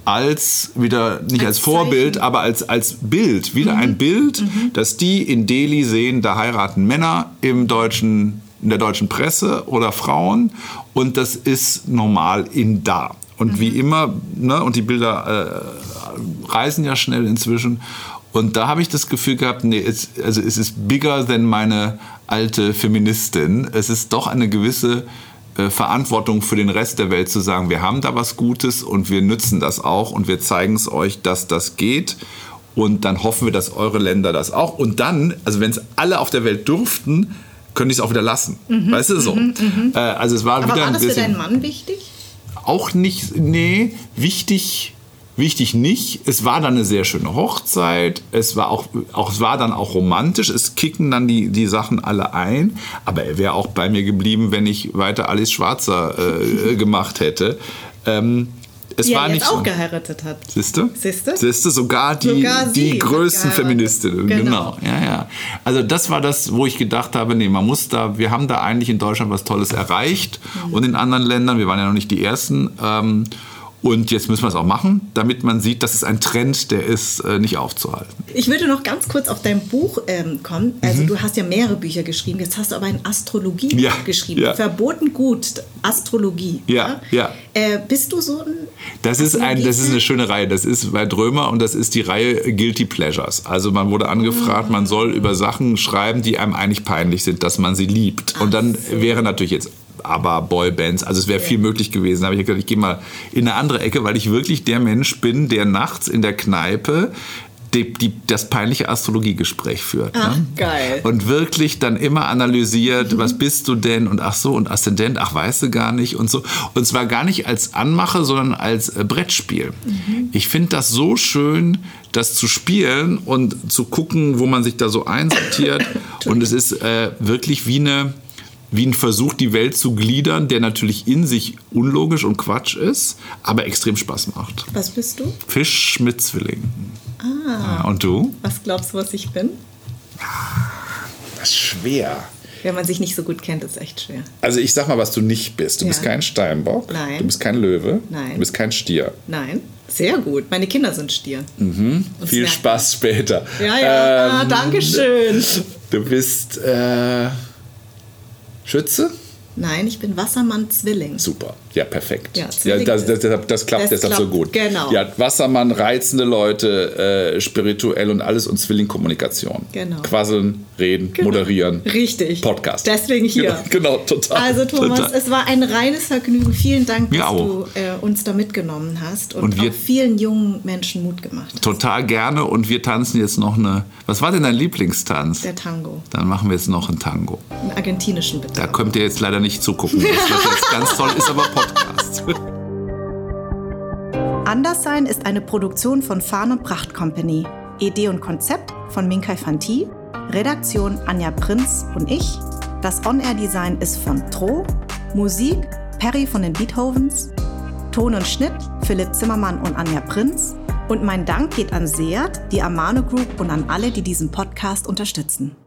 Als wieder, nicht als, als Vorbild, aber als, als Bild. Wieder mhm. ein Bild, mhm. dass die in Delhi sehen, da heiraten Männer im deutschen in der deutschen Presse oder Frauen und das ist normal in da. Und mhm. wie immer, ne, und die Bilder äh, reisen ja schnell inzwischen und da habe ich das Gefühl gehabt, nee, es, also es ist bigger than meine alte Feministin. Es ist doch eine gewisse äh, Verantwortung für den Rest der Welt zu sagen, wir haben da was Gutes und wir nützen das auch und wir zeigen es euch, dass das geht. Und dann hoffen wir, dass eure Länder das auch. Und dann, also wenn es alle auf der Welt dürften, könnte ich es auch wieder lassen. Mhm, weißt du, so. Mhm, äh, also es war Aber wieder war ein das bisschen, für deinen Mann wichtig? Auch nicht, nee, wichtig, wichtig nicht. Es war dann eine sehr schöne Hochzeit. Es war auch, auch, es war dann auch romantisch. Es kicken dann die, die Sachen alle ein. Aber er wäre auch bei mir geblieben, wenn ich weiter Alice Schwarzer äh, gemacht hätte. Ähm, Es die war er jetzt nicht auch so. geheiratet hat. Siehste? Siehste? Siehste, sogar die, sogar die größten Feministinnen. Genau. genau. Ja, ja. Also das war das, wo ich gedacht habe, nee, man muss da, wir haben da eigentlich in Deutschland was Tolles erreicht mhm. und in anderen Ländern, wir waren ja noch nicht die Ersten. Ähm, Und jetzt müssen wir es auch machen, damit man sieht, das ist ein Trend, der ist äh, nicht aufzuhalten. Ich würde noch ganz kurz auf dein Buch ähm, kommen. Also mhm. du hast ja mehrere Bücher geschrieben. Jetzt hast du aber ein Astrologie ja, geschrieben. Ja. Verboten gut, Astrologie. Ja, ja. ja. Äh, bist du so ein das ist, ein, das ist eine schöne Reihe. Das ist bei Drömer und das ist die Reihe Guilty Pleasures. Also man wurde angefragt, man soll über Sachen schreiben, die einem eigentlich peinlich sind, dass man sie liebt. Und dann so. wäre natürlich jetzt aber Boybands, also es wäre viel möglich gewesen. Da habe ich gedacht, ich gehe mal in eine andere Ecke, weil ich wirklich der Mensch bin, der nachts in der Kneipe die, die, das peinliche Astrologiegespräch führt. Ach, ne? geil. Und wirklich dann immer analysiert, mhm. was bist du denn und ach so und Aszendent, ach weißt du gar nicht und so. Und zwar gar nicht als Anmache, sondern als äh, Brettspiel. Mhm. Ich finde das so schön, das zu spielen und zu gucken, wo man sich da so einsortiert. Und es ist äh, wirklich wie eine wie ein Versuch, die Welt zu gliedern, der natürlich in sich unlogisch und Quatsch ist, aber extrem Spaß macht. Was bist du? Fisch mit Zwillingen. Ah. Ja, und du? Was glaubst du, was ich bin? Das ist schwer. Wenn man sich nicht so gut kennt, ist es echt schwer. Also ich sag mal, was du nicht bist. Du ja. bist kein Steinbock. Nein. Du bist kein Löwe. Nein. Du bist kein Stier. Nein. Sehr gut. Meine Kinder sind Stier. Mhm. Viel Spaß später. Ja, ja. Ähm, ah, danke schön. Du bist... Äh, Schütze? Nein, ich bin Wassermann-Zwilling. Super, ja, perfekt. Ja, ja das, das, das, das klappt das deshalb klappt, so gut. Genau. Ja, Wassermann, reizende Leute, äh, spirituell und alles und Zwilling-Kommunikation. Genau. Quasseln, reden, genau. moderieren. Richtig. Podcast. Deswegen hier. Genau, genau total. Also Thomas, total. es war ein reines Vergnügen. Vielen Dank, dass ja, du äh, uns da mitgenommen hast und, und wir, auch vielen jungen Menschen Mut gemacht hast. Total gerne und wir tanzen jetzt noch eine... Was war denn dein Lieblingstanz? Der Tango. Dann machen wir jetzt noch einen Tango. Einen argentinischen bitte. Da könnt ihr jetzt leider nicht zugucken. Das wird jetzt ganz toll, ist aber Podcast. Anderssein ist eine Produktion von Farn und Pracht Company. Idee und Konzept von Minkai Fanti. Redaktion Anja Prinz und ich. Das On-Air-Design ist von Tro. Musik Perry von den Beethovens. Ton und Schnitt Philipp Zimmermann und Anja Prinz. Und mein Dank geht an Seat, die Amano Group und an alle, die diesen Podcast unterstützen.